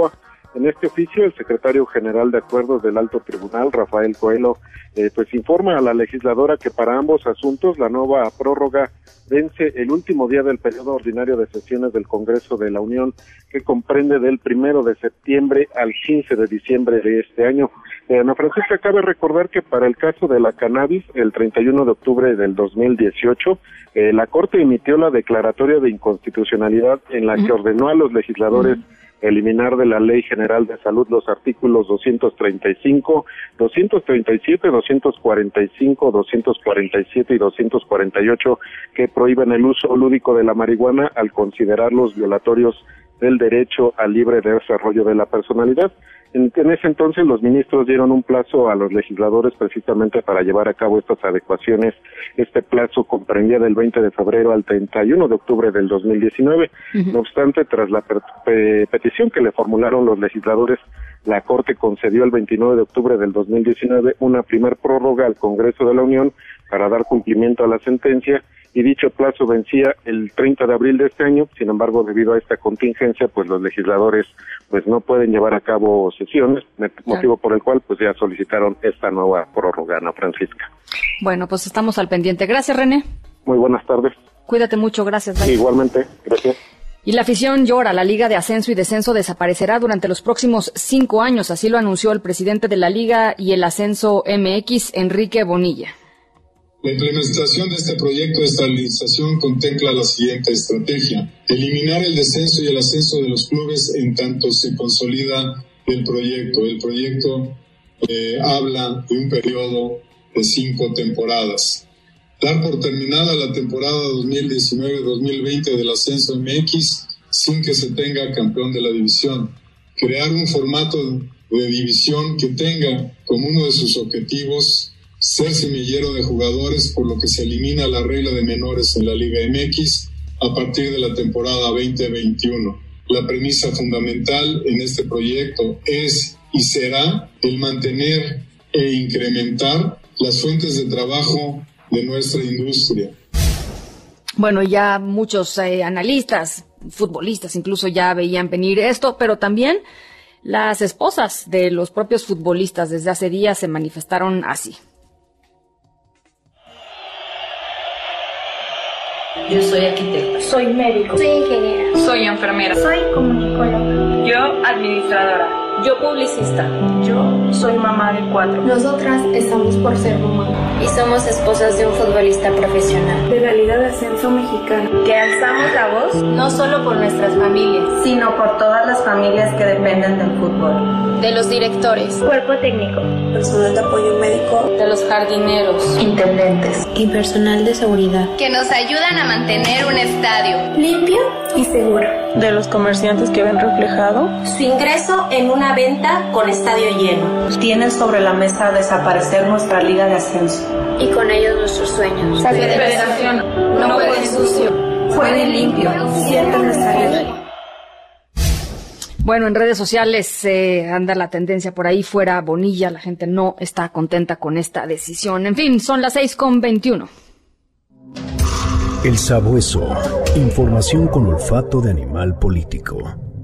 En este oficio, el secretario general de Acuerdos del Alto Tribunal, Rafael Coelho, eh, pues informa a la legisladora que para ambos asuntos la nueva prórroga vence el último día del periodo ordinario de sesiones del Congreso de la Unión, que comprende del primero de septiembre al quince de diciembre de este año. Eh, Ana Francisca, cabe recordar que para el caso de la cannabis, el treinta y uno de octubre del dos mil dieciocho, eh, la Corte emitió la declaratoria de inconstitucionalidad en la que ordenó a los legisladores eliminar de la Ley General de Salud los artículos doscientos treinta y cinco, doscientos treinta y siete, doscientos cuarenta y cinco, doscientos cuarenta y siete y doscientos cuarenta y ocho que prohíben el uso lúdico de la marihuana al considerarlos violatorios del derecho al libre desarrollo de la personalidad. En, en ese entonces los ministros dieron un plazo a los legisladores precisamente para llevar a cabo estas adecuaciones. Este plazo comprendía del veinte de febrero al treinta y uno de octubre del dos mil diecinueve. Uh-huh. No obstante, tras la pe- pe- petición que le formularon los legisladores, la Corte concedió el veintinueve de octubre del dos mil diecinueve una primer prórroga al Congreso de la Unión para dar cumplimiento a la sentencia, y dicho plazo vencía el treinta de abril de este año. Sin embargo, debido a esta contingencia, pues los legisladores pues no pueden llevar a cabo sesiones, motivo por el cual pues ya solicitaron esta nueva prórroga, Ana Francisca. Bueno, pues estamos al pendiente. Gracias, René. Muy buenas tardes. Cuídate mucho, gracias. Bye. Igualmente, gracias. Y la afición llora. La Liga de Ascenso y Descenso desaparecerá durante los próximos cinco años. Así lo anunció el presidente de la Liga y el Ascenso M X, Enrique Bonilla. La implementación de este proyecto de estabilización contempla la siguiente estrategia: eliminar el descenso y el ascenso de los clubes en tanto se consolida el proyecto. El proyecto eh, habla de un periodo de cinco temporadas. Dar por terminada la temporada dos mil diecinueve dos mil veinte del Ascenso M X sin que se tenga campeón de la división. Crear un formato de división que tenga como uno de sus objetivos ser semillero de jugadores, por lo que se elimina la regla de menores en la Liga M X a partir de la temporada veinte veintiuno. La premisa fundamental en este proyecto es y será el mantener e incrementar las fuentes de trabajo de nuestra industria. Bueno, ya muchos eh, analistas, futbolistas incluso ya veían venir esto, pero también las esposas de los propios futbolistas desde hace días se manifestaron así. Yo soy arquitecta. Soy médico. Soy ingeniera. Soy enfermera. Soy comunicóloga. Yo administradora. Yo publicista. Yo soy mamá de cuatro. Nosotras estamos por ser mamá. Y somos esposas de un futbolista profesional. De la Liga de Ascenso Mexicana. Que alzamos la voz no solo por nuestras familias, sino por todas las familias que dependen del fútbol. De los directores, cuerpo técnico, personal de apoyo médico, de los jardineros, intendentes y personal de seguridad, que nos ayudan a mantener un estadio limpio y seguro. De los comerciantes que ven reflejado su ingreso en una venta con estadio lleno. Tienen sobre la mesa desaparecer nuestra Liga de Ascenso. Y con ellos nuestros sueños. La federación no puede sucio, puede limpio. Siempre nuestra liga. Bueno, en redes sociales eh, anda la tendencia por ahí fuera Bonilla, la gente no está contenta con esta decisión. En fin, son las seis con veintiuno. El Sabueso, información con olfato de animal político.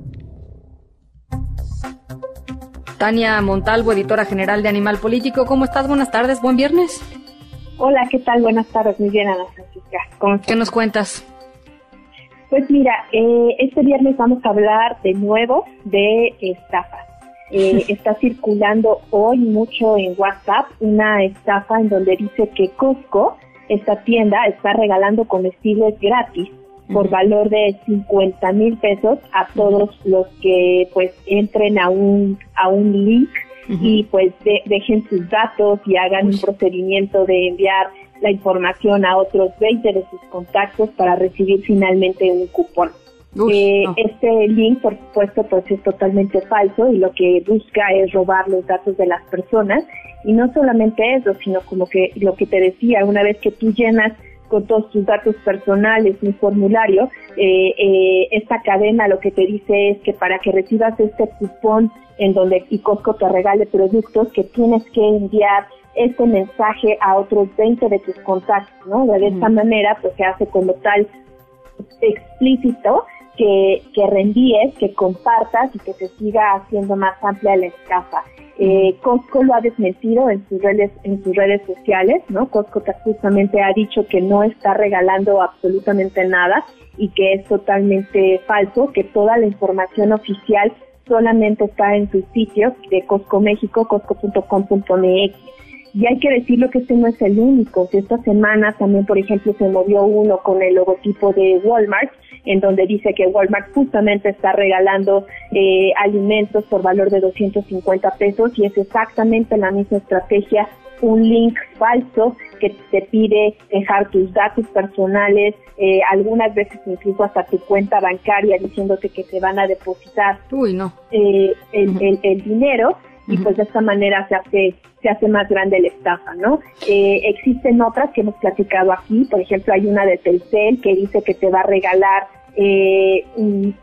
Tania Montalvo, editora general de Animal Político, ¿cómo estás? Buenas tardes, buen viernes. Hola, ¿qué tal? Buenas tardes, muy bien, Ana Francisca. ¿Cómo estás? ¿Qué nos cuentas? Pues mira, eh, este viernes vamos a hablar de nuevo de estafas. Eh, está circulando hoy mucho en WhatsApp una estafa en donde dice que Costco, esta tienda, está regalando comestibles gratis por valor de cincuenta mil pesos a todos los que pues entren a un a un link uh-huh. y pues de, dejen sus datos y hagan un procedimiento de enviar la información a otros veinte de sus contactos para recibir finalmente un cupón. Uf, eh, no. Este link, por supuesto, pues es totalmente falso y lo que busca es robar los datos de las personas. Y no solamente eso, sino como que lo que te decía, una vez que tú llenas con todos tus datos personales un formulario, eh, eh, esta cadena lo que te dice es que para que recibas este cupón en donde y Costco te regale productos, que tienes que enviar este mensaje a otros veinte de tus contactos, ¿no? De esta uh-huh. manera, pues se hace como tal explícito que, que reenvíes, que compartas y que se siga haciendo más amplia la estafa. Eh, Costco lo ha desmentido en sus redes en sus redes sociales, ¿no? Costco justamente ha dicho que no está regalando absolutamente nada y que es totalmente falso, que toda la información oficial solamente está en sus sitios de Costco México, costco punto com punto m x. Y hay que decirlo que este no es el único. Esta semana también, por ejemplo, se movió uno con el logotipo de Walmart, en donde dice que Walmart justamente está regalando eh, alimentos por valor de doscientos cincuenta pesos, y es exactamente la misma estrategia, un link falso que te pide dejar tus datos personales, eh, algunas veces incluso hasta tu cuenta bancaria, diciéndote que te van a depositar Uy, no. eh, el, uh-huh. el, el dinero, y uh-huh. pues de esta manera se hace se hace más grande la estafa, ¿no? Eh, existen otras que hemos platicado aquí, por ejemplo, hay una de Telcel que dice que te va a regalar eh, un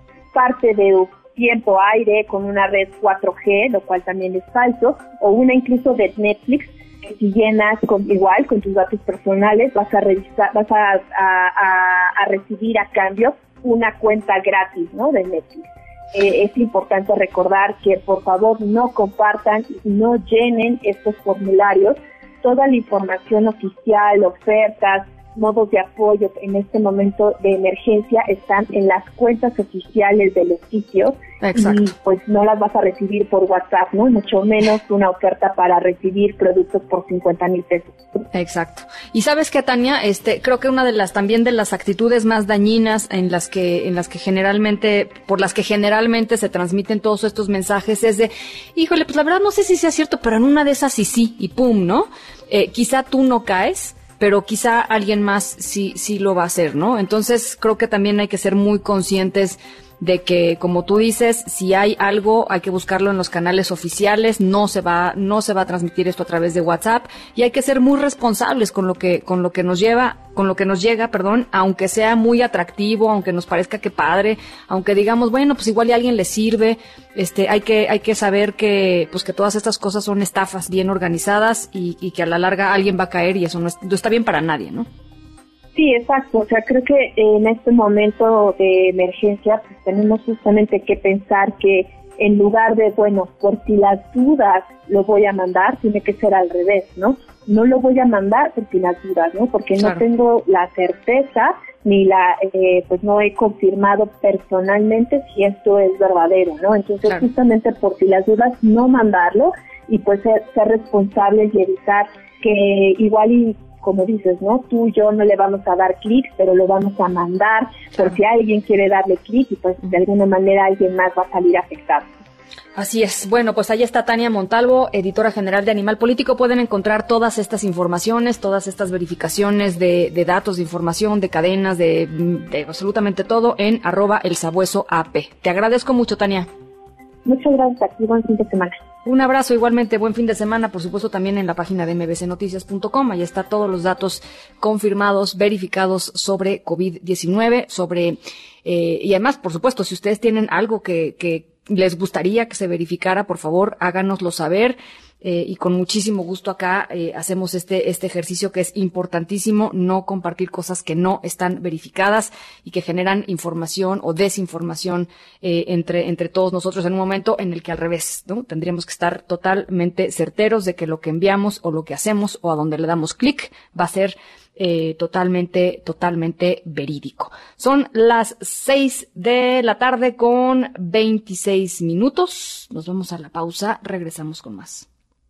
parte de tiempo aire con una red cuatro G, lo cual también es falso, o una incluso de Netflix, que si llenas con, igual con tus datos personales vas a revisar, vas a, a, a, a recibir a cambio una cuenta gratis, ¿no? De Netflix. Eh, es importante recordar que por favor no compartan y no llenen estos formularios. Toda la información oficial, ofertas, modos de apoyo en este momento de emergencia están en las cuentas oficiales de los sitios. Exacto. Y pues no las vas a recibir por WhatsApp, ¿no? Mucho menos una oferta para recibir productos por cincuenta mil pesos. Exacto. Y sabes qué, Tania, este, creo que una de las, también de las actitudes más dañinas en las que, en las que generalmente, por las que generalmente se transmiten todos estos mensajes es de, híjole, pues la verdad no sé si sea cierto, pero en una de esas sí, sí, y pum, ¿no? Eh, quizá tú no caes, pero quizá alguien más sí, sí lo va a hacer, ¿no? Entonces creo que también hay que ser muy conscientes de que, como tú dices, si hay algo, hay que buscarlo en los canales oficiales, no se va, no se va a transmitir esto a través de WhatsApp, y hay que ser muy responsables con lo que, con lo que nos lleva, con lo que nos llega, perdón, aunque sea muy atractivo, aunque nos parezca que padre, aunque digamos, bueno, pues igual y a alguien le sirve, este, hay que, hay que saber que, pues que todas estas cosas son estafas bien organizadas y, y que a la larga alguien va a caer, y eso no, es, no está bien para nadie, ¿no? Sí, exacto. O sea, creo que en este momento de emergencia pues tenemos justamente que pensar que en lugar de, bueno, por si las dudas lo voy a mandar, tiene que ser al revés, ¿no? No lo voy a mandar por si las dudas, ¿no? Porque claro, no tengo la certeza ni la, eh, pues no he confirmado personalmente si esto es verdadero, ¿no? Entonces, claro, justamente por si las dudas, no mandarlo y pues ser, ser responsables y evitar que igual y, como dices, ¿no? Tú y yo no le vamos a dar clic, pero lo vamos a mandar por si alguien quiere darle clic y pues de alguna manera alguien más va a salir afectado. Así es. Bueno, pues ahí está Tania Montalvo, editora general de Animal Político. Pueden encontrar todas estas informaciones, todas estas verificaciones de, de datos, de información, de cadenas, de, de absolutamente todo en arroba el sabueso A P. Te agradezco mucho, Tania. Muchas gracias a ti, buen fin de semana. Un abrazo, igualmente, buen fin de semana, por supuesto también en la página de m b c noticias punto com, ahí está todos los datos confirmados, verificados sobre COVID diecinueve, sobre, eh, y además, por supuesto, si ustedes tienen algo que, que les gustaría que se verificara, por favor, háganoslo saber. Eh, y con muchísimo gusto acá eh, hacemos este este ejercicio que es importantísimo, no compartir cosas que no están verificadas y que generan información o desinformación eh, entre entre todos nosotros en un momento en el que al revés, ¿no? Tendríamos que estar totalmente certeros de que lo que enviamos o lo que hacemos o a donde le damos clic va a ser eh, totalmente, totalmente verídico. Son las seis de la tarde con veintiséis minutos. Nos vamos a la pausa, regresamos con más.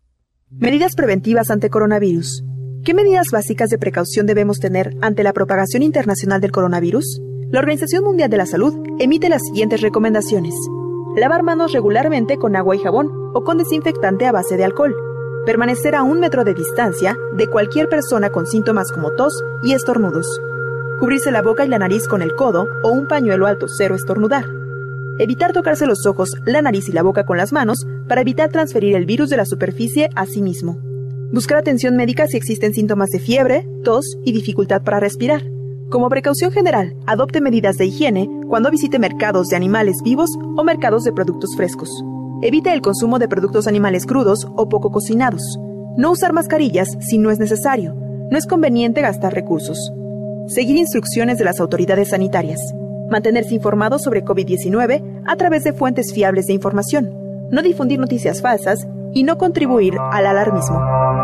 Medidas preventivas ante coronavirus. ¿Qué medidas básicas de precaución debemos tener ante la propagación internacional del coronavirus? La Organización Mundial de la Salud emite las siguientes recomendaciones. Lavar manos regularmente con agua y jabón o con desinfectante a base de alcohol. Permanecer a un metro de distancia de cualquier persona con síntomas como tos y estornudos. Cubrirse la boca y la nariz con el codo o un pañuelo al toser o estornudar. Evitar tocarse los ojos, la nariz y la boca con las manos para evitar transferir el virus de la superficie a sí mismo. Buscar atención médica si existen síntomas de fiebre, tos y dificultad para respirar. Como precaución general, adopte medidas de higiene cuando visite mercados de animales vivos o mercados de productos frescos. Evite el consumo de productos animales crudos o poco cocinados. No usar mascarillas si no es necesario. No es conveniente gastar recursos. Seguir instrucciones de las autoridades sanitarias. Mantenerse informado sobre COVID diecinueve a través de fuentes fiables de información. No difundir noticias falsas y no contribuir al alarmismo.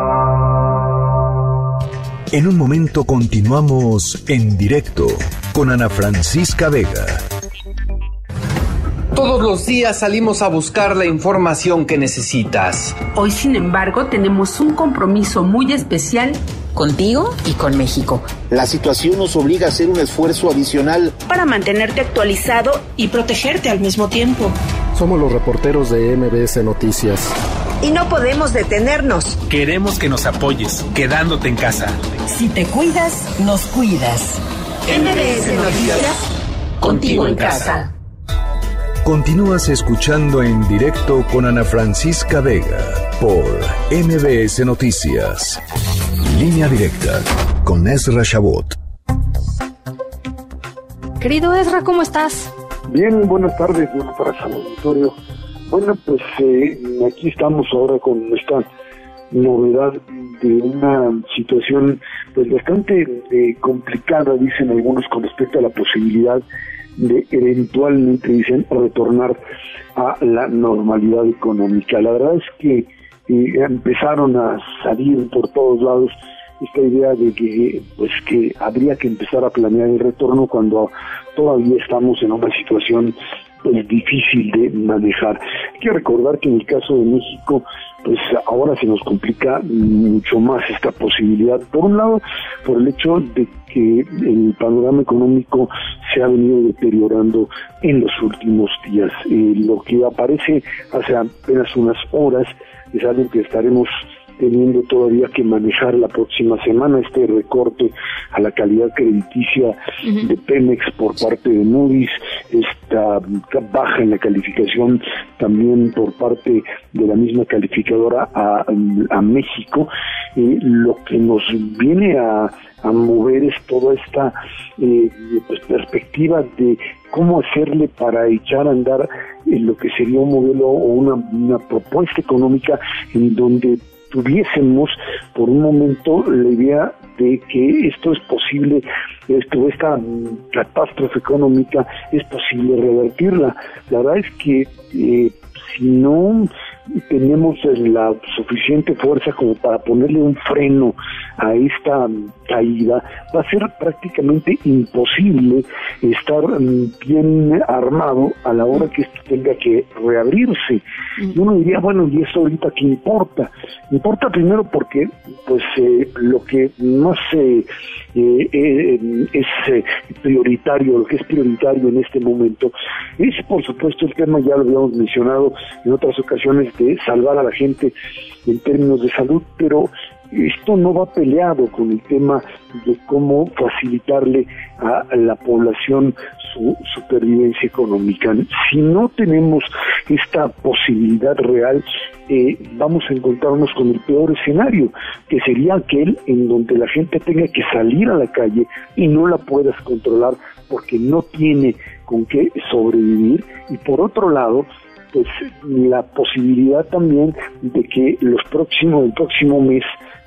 En un momento continuamos en directo con Ana Francisca Vega. Todos los días salimos a buscar la información que necesitas. Hoy, sin embargo, tenemos un compromiso muy especial contigo y con México. La situación nos obliga a hacer un esfuerzo adicional para mantenerte actualizado y protegerte al mismo tiempo. Somos los reporteros de M B S Noticias. Y no podemos detenernos. Queremos que nos apoyes, quedándote en casa. Si te cuidas, nos cuidas. M B S Noticias, contigo en casa. Continúas escuchando en directo con Ana Francisca Vega por M B S Noticias. Línea directa con Ezra Shabot. Querido Ezra, ¿cómo estás? Bien, buenas tardes, buenas tardes al auditorio. Bueno, pues eh, aquí estamos ahora con esta novedad de una situación pues bastante eh, complicada, dicen algunos, con respecto a la posibilidad de eventualmente, dicen, retornar a la normalidad económica. La verdad es que eh, empezaron a salir por todos lados esta idea de que pues que habría que empezar a planear el retorno cuando todavía estamos en una situación pues difícil de manejar. Hay que recordar que en el caso de México pues ahora se nos complica mucho más esta posibilidad, por un lado por el hecho de que el panorama económico se ha venido deteriorando en los últimos días. Eh, lo que aparece hace apenas unas horas es algo que estaremos teniendo todavía que manejar la próxima semana, este recorte a la calidad crediticia uh-huh. de Pemex por parte de Moody's, esta baja en la calificación también por parte de la misma calificadora a, a México. Eh, lo que nos viene a, a mover es toda esta eh, pues, perspectiva de cómo hacerle para echar a andar en lo que sería un modelo o una, una propuesta económica en donde tuviésemos por un momento la idea de que esto es posible, esto, esta um, catástrofe económica es posible revertirla. La verdad es que eh, si no tenemos la suficiente fuerza como para ponerle un freno a esta um, caída, va a ser prácticamente imposible estar um, bien armado a la hora que esto tenga que reabrirse. Y uno diría, bueno, ¿y eso ahorita qué importa? Importa primero porque pues eh, lo que no se eh, eh, es eh, prioritario, lo que es prioritario en este momento es, por supuesto, el tema, ya lo habíamos mencionado en otras ocasiones, de salvar a la gente en términos de salud, pero esto no va peleado con el tema de cómo facilitarle a la población su supervivencia económica. Si no tenemos esta posibilidad real, eh, vamos a encontrarnos con el peor escenario, que sería aquel en donde la gente tenga que salir a la calle y no la puedas controlar porque no tiene con qué sobrevivir. Y por otro lado, pues la posibilidad también de que los próximos, el próximo mes,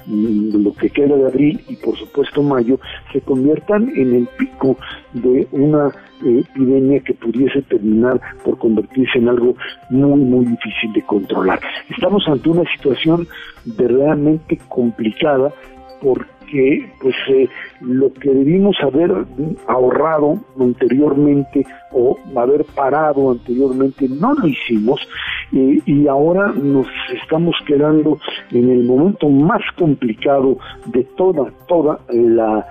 lo que queda de abril y por supuesto mayo, se conviertan en el pico de una eh, epidemia que pudiese terminar por convertirse en algo muy muy difícil de controlar. Estamos ante una situación verdaderamente complicada porque pues eh, lo que debimos haber ahorrado anteriormente o haber parado anteriormente no lo hicimos, eh, y ahora nos estamos quedando en el momento más complicado de toda toda la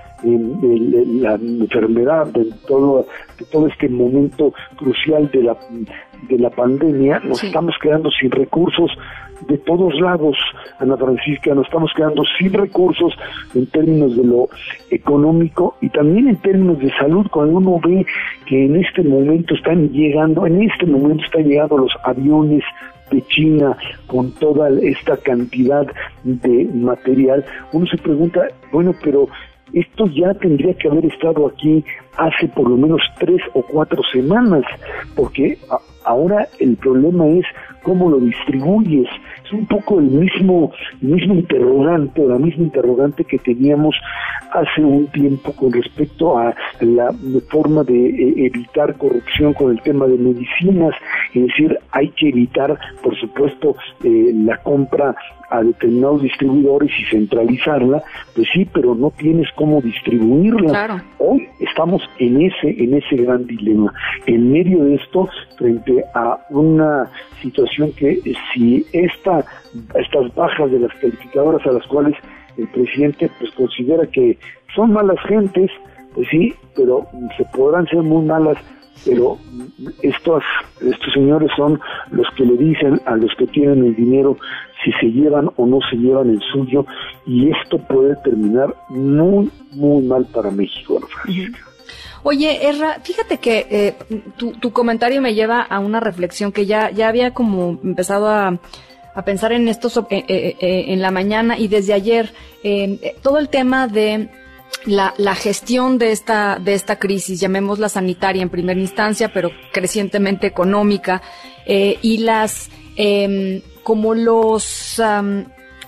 en la enfermedad, de todo, de todo este momento crucial de la de la pandemia. Nos sí. estamos quedando sin recursos de todos lados, Ana Francisca, nos estamos quedando sin recursos en términos de lo económico y también en términos de salud. Cuando uno ve que en este momento están llegando, en este momento están llegando los aviones de China con toda esta cantidad de material, uno se pregunta, bueno, pero esto ya tendría que haber estado aquí hace por lo menos tres o cuatro semanas, porque a, ahora el problema es cómo lo distribuyes. es un poco el mismo, el mismo interrogante, la misma interrogante que teníamos hace un tiempo con respecto a la forma de eh, evitar corrupción con el tema de medicinas, es decir, hay que evitar, por supuesto, eh, la compra a determinados distribuidores y centralizarla, pues sí, pero no tienes cómo distribuirla. Claro. Hoy estamos en ese en ese gran dilema, en medio de esto, frente a una situación que si esta estas bajas de las calificadoras a las cuales el presidente pues considera que son malas gentes, pues sí, pero se podrán ser muy malas, pero estos estos señores son los que le dicen a los que tienen el dinero si se llevan o no se llevan el suyo, y esto puede terminar muy, muy mal para México, ¿no, Francisca? Oye, Erra, fíjate que eh, tu, tu comentario me lleva a una reflexión que ya, ya había como empezado a, a pensar en esto so, eh, eh, eh, en la mañana y desde ayer, eh, todo el tema de La, la gestión de esta de esta crisis, llamémosla sanitaria en primera instancia, pero crecientemente económica, eh, y las eh, como los um,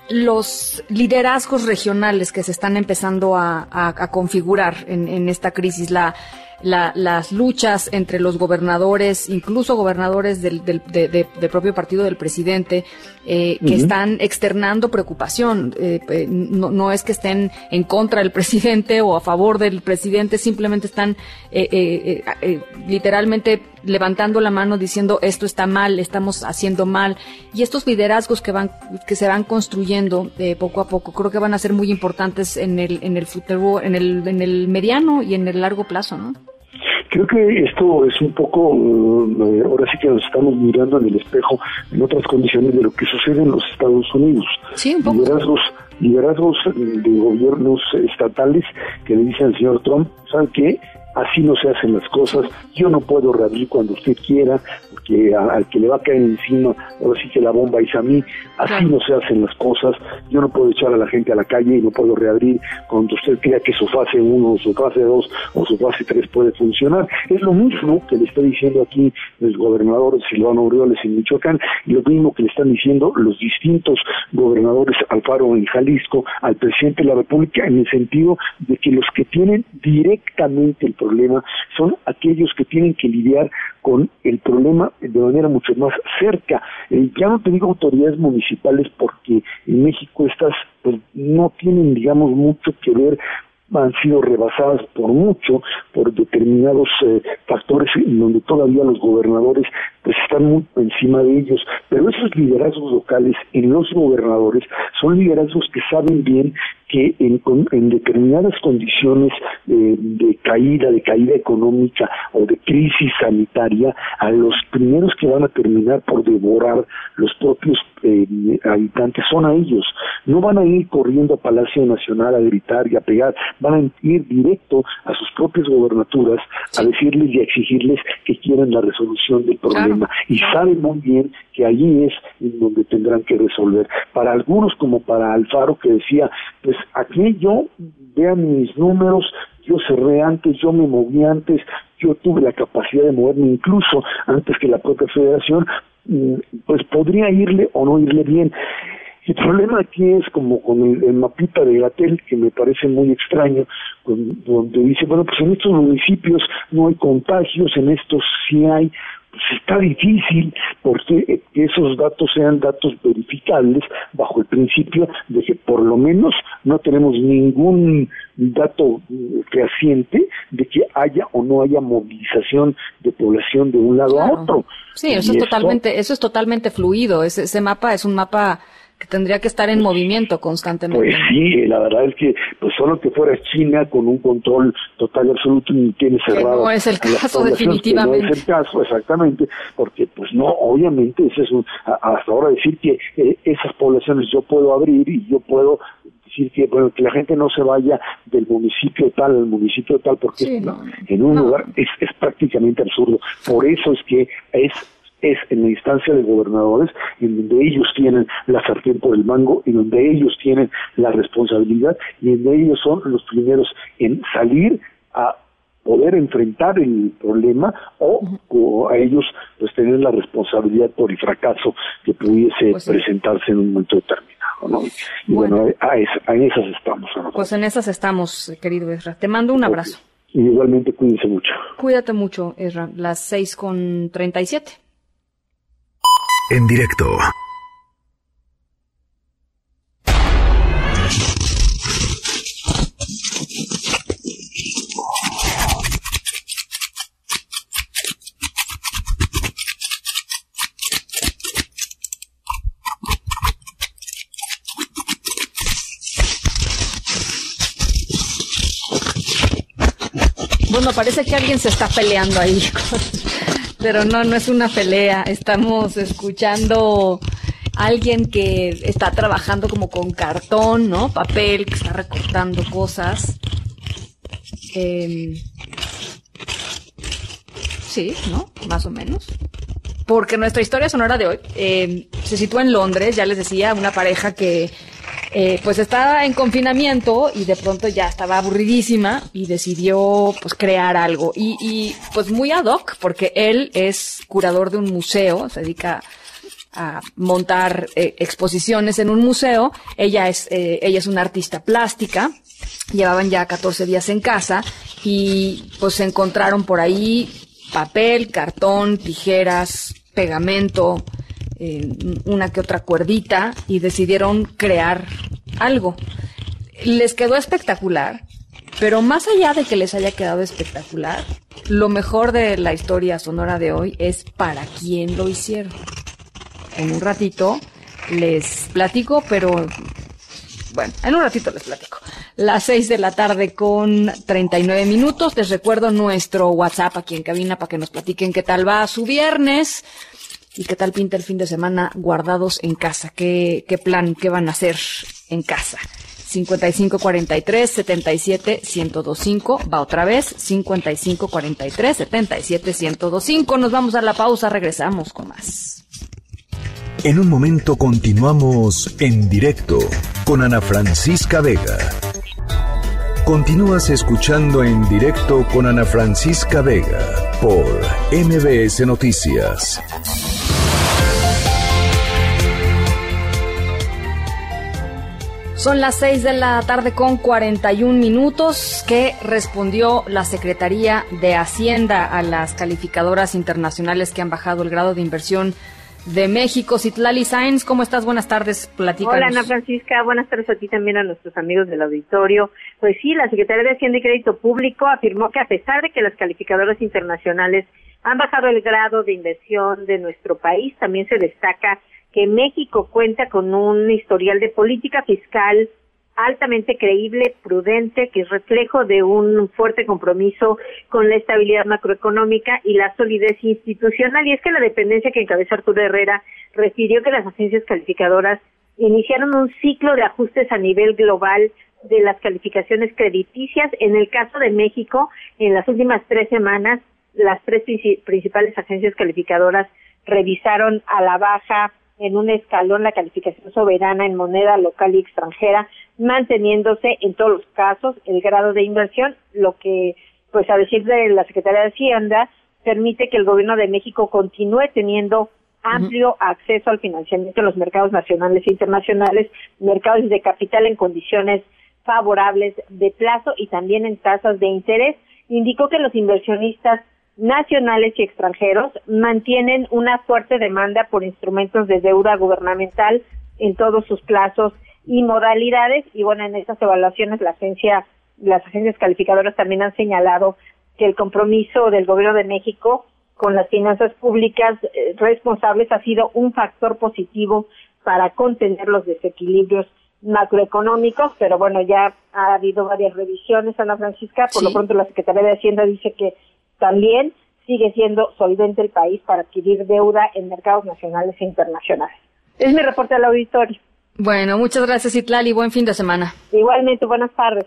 los liderazgos regionales que se están empezando a, a, a configurar en, en esta crisis, la La, las luchas entre los gobernadores, incluso gobernadores del, del de, de, del propio partido del presidente, eh, que uh-huh. están externando preocupación. Eh, eh, no, no es que estén en contra del presidente o a favor del presidente, simplemente están eh, eh, eh, literalmente levantando la mano diciendo esto está mal, estamos haciendo mal. Y estos liderazgos que van que se van construyendo eh, poco a poco, creo que van a ser muy importantes en el en el futuro, en el en el mediano y en el largo plazo, ¿no? Creo que esto es un poco, uh, ahora sí que nos estamos mirando en el espejo en otras condiciones de lo que sucede en los Estados Unidos. Sí, un poco. Liderazgos, liderazgos de gobiernos estatales que le dicen al señor Trump, ¿saben qué? Así no se hacen las cosas, yo no puedo reabrir cuando usted quiera, porque a, al que le va a caer encima, ahora sí que la bomba es a mí, así claro. no se hacen las cosas, yo no puedo echar a la gente a la calle y no puedo reabrir cuando usted crea que su fase uno, su fase dos o su fase tres puede funcionar. Es lo mismo que le está diciendo aquí el gobernador Silvano Aureoles en Michoacán, y lo mismo que le están diciendo los distintos gobernadores Alfaro en Jalisco al presidente de la República, en el sentido de que los que tienen directamente el problema son aquellos que tienen que lidiar con el problema de manera mucho más cerca. Eh, ya no te digo autoridades municipales, porque en México estas pues no tienen, digamos, mucho que ver, han sido rebasadas por mucho por determinados eh, factores en donde todavía los gobernadores pues están muy encima de ellos, pero esos liderazgos locales en los gobernadores son liderazgos que saben bien que en, en determinadas condiciones eh, de caída, de caída económica o de crisis sanitaria, a los primeros que van a terminar por devorar los propios eh, habitantes son a ellos. No van a ir corriendo a Palacio Nacional a gritar y a pegar, van a ir directo a sus propias gobernaturas a decirles y a exigirles que quieren la resolución del problema. Claro. Y saben muy bien que allí es en donde tendrán que resolver. Para algunos, como para Alfaro, que decía, pues aquí yo, vean mis números, yo cerré antes, yo me moví antes, yo tuve la capacidad de moverme incluso antes que la propia federación, pues podría irle o no irle bien. El problema aquí es como con el, el mapita de Gatell, que me parece muy extraño, con, donde dice, bueno, pues en estos municipios no hay contagios, en estos sí hay. Pues está difícil porque que esos datos sean datos verificables bajo el principio de que por lo menos no tenemos ningún dato fehaciente de que haya o no haya movilización de población de un lado claro. a otro. Sí, eso y es totalmente, eso es totalmente fluido. Ese, ese mapa es un mapa que tendría que estar en movimiento constantemente. Pues sí, la verdad es que pues solo que fuera China con un control total y absoluto ni tiene cerrado. Que no es el caso, definitivamente. No es el caso, exactamente, porque pues no, obviamente ese es un, hasta ahora decir que eh, esas poblaciones yo puedo abrir y yo puedo decir que bueno que la gente no se vaya del municipio tal al municipio tal, porque sí, no, en un no. lugar es, es prácticamente absurdo. Por eso es que es es en la instancia de gobernadores en donde ellos tienen la sartén por el mango y donde ellos tienen la responsabilidad y donde ellos son los primeros en salir a poder enfrentar el problema o, o a ellos pues tener la responsabilidad por el fracaso que pudiese pues sí. presentarse en un momento determinado, ¿no? Y bueno, bueno a, esa, a esas estamos, ¿no? Pues en esas estamos, querido Ezra. Te mando un abrazo. Okay. Y igualmente cuídense mucho. Cuídate mucho, Ezra. Las seis con treinta y siete. En directo. Bueno, parece que alguien se está peleando ahí, pero no, no es una pelea. Estamos escuchando a alguien que está trabajando como con cartón, ¿no? Papel, que está recortando cosas. Eh, sí, ¿no? Más o menos. Porque nuestra historia sonora de hoy eh, se sitúa en Londres, ya les decía, una pareja que Eh, pues estaba en confinamiento y de pronto ya estaba aburridísima y decidió pues crear algo y, y pues muy ad hoc porque él es curador de un museo, se dedica a montar eh, exposiciones en un museo, ella es eh, ella es una artista plástica, llevaban ya catorce días en casa y pues se encontraron por ahí papel, cartón, tijeras, pegamento, Eh, una que otra cuerdita y decidieron crear algo. Les quedó espectacular, pero más allá de que les haya quedado espectacular, lo mejor de la historia sonora de hoy es para quién lo hicieron. En un ratito les platico, pero bueno, en un ratito les platico. Las seis de la tarde con treinta y nueve minutos. Les recuerdo nuestro WhatsApp aquí en cabina para que nos platiquen qué tal va su viernes. ¿Y qué tal pinta el fin de semana guardados en casa? ¿Qué, qué plan, qué van a hacer en casa? cincuenta y cinco cuarenta y tres, setenta y siete, ciento veinticinco. Va otra vez, cincuenta y cinco cuarenta y tres, setenta y siete, ciento veinticinco. Nos vamos a la pausa, regresamos con más. En un momento continuamos en directo con Ana Francisca Vega. Continúas escuchando En Directo con Ana Francisca Vega por M B S Noticias. Son las seis de la tarde con cuarenta y un minutos. ¿Qué respondió la Secretaría de Hacienda a las calificadoras internacionales que han bajado el grado de inversión de México? Citlali Sáenz, ¿cómo estás? Buenas tardes, platícanos. Hola, Ana Francisca, buenas tardes a ti también, a nuestros amigos del auditorio. Pues sí, la Secretaría de Hacienda y Crédito Público afirmó que a pesar de que las calificadoras internacionales han bajado el grado de inversión de nuestro país, también se destaca que México cuenta con un historial de política fiscal altamente creíble, prudente, que es reflejo de un fuerte compromiso con la estabilidad macroeconómica y la solidez institucional. Y es que la dependencia que encabeza Arturo Herrera refirió que las agencias calificadoras iniciaron un ciclo de ajustes a nivel global de las calificaciones crediticias. En el caso de México, en las últimas tres semanas, las tres principales agencias calificadoras revisaron a la baja en un escalón la calificación soberana en moneda local y extranjera, manteniéndose en todos los casos el grado de inversión, lo que, pues a decir de la Secretaría de Hacienda, permite que el Gobierno de México continúe teniendo amplio uh-huh. acceso al financiamiento en los mercados nacionales e internacionales, mercados de capital en condiciones favorables de plazo y también en tasas de interés. Indicó que los inversionistas nacionales y extranjeros mantienen una fuerte demanda por instrumentos de deuda gubernamental en todos sus plazos y modalidades, y bueno, en estas evaluaciones la agencia, las agencias calificadoras también han señalado que el compromiso del Gobierno de México con las finanzas públicas eh, responsables ha sido un factor positivo para contener los desequilibrios macroeconómicos, pero bueno, ya ha habido varias revisiones, Ana Francisca, por sí. Lo pronto la Secretaría de Hacienda dice que también sigue siendo solvente el país para adquirir deuda en mercados nacionales e internacionales. Es mi reporte al auditorio. Bueno, muchas gracias, Citlali. Buen fin de semana. Igualmente, buenas tardes.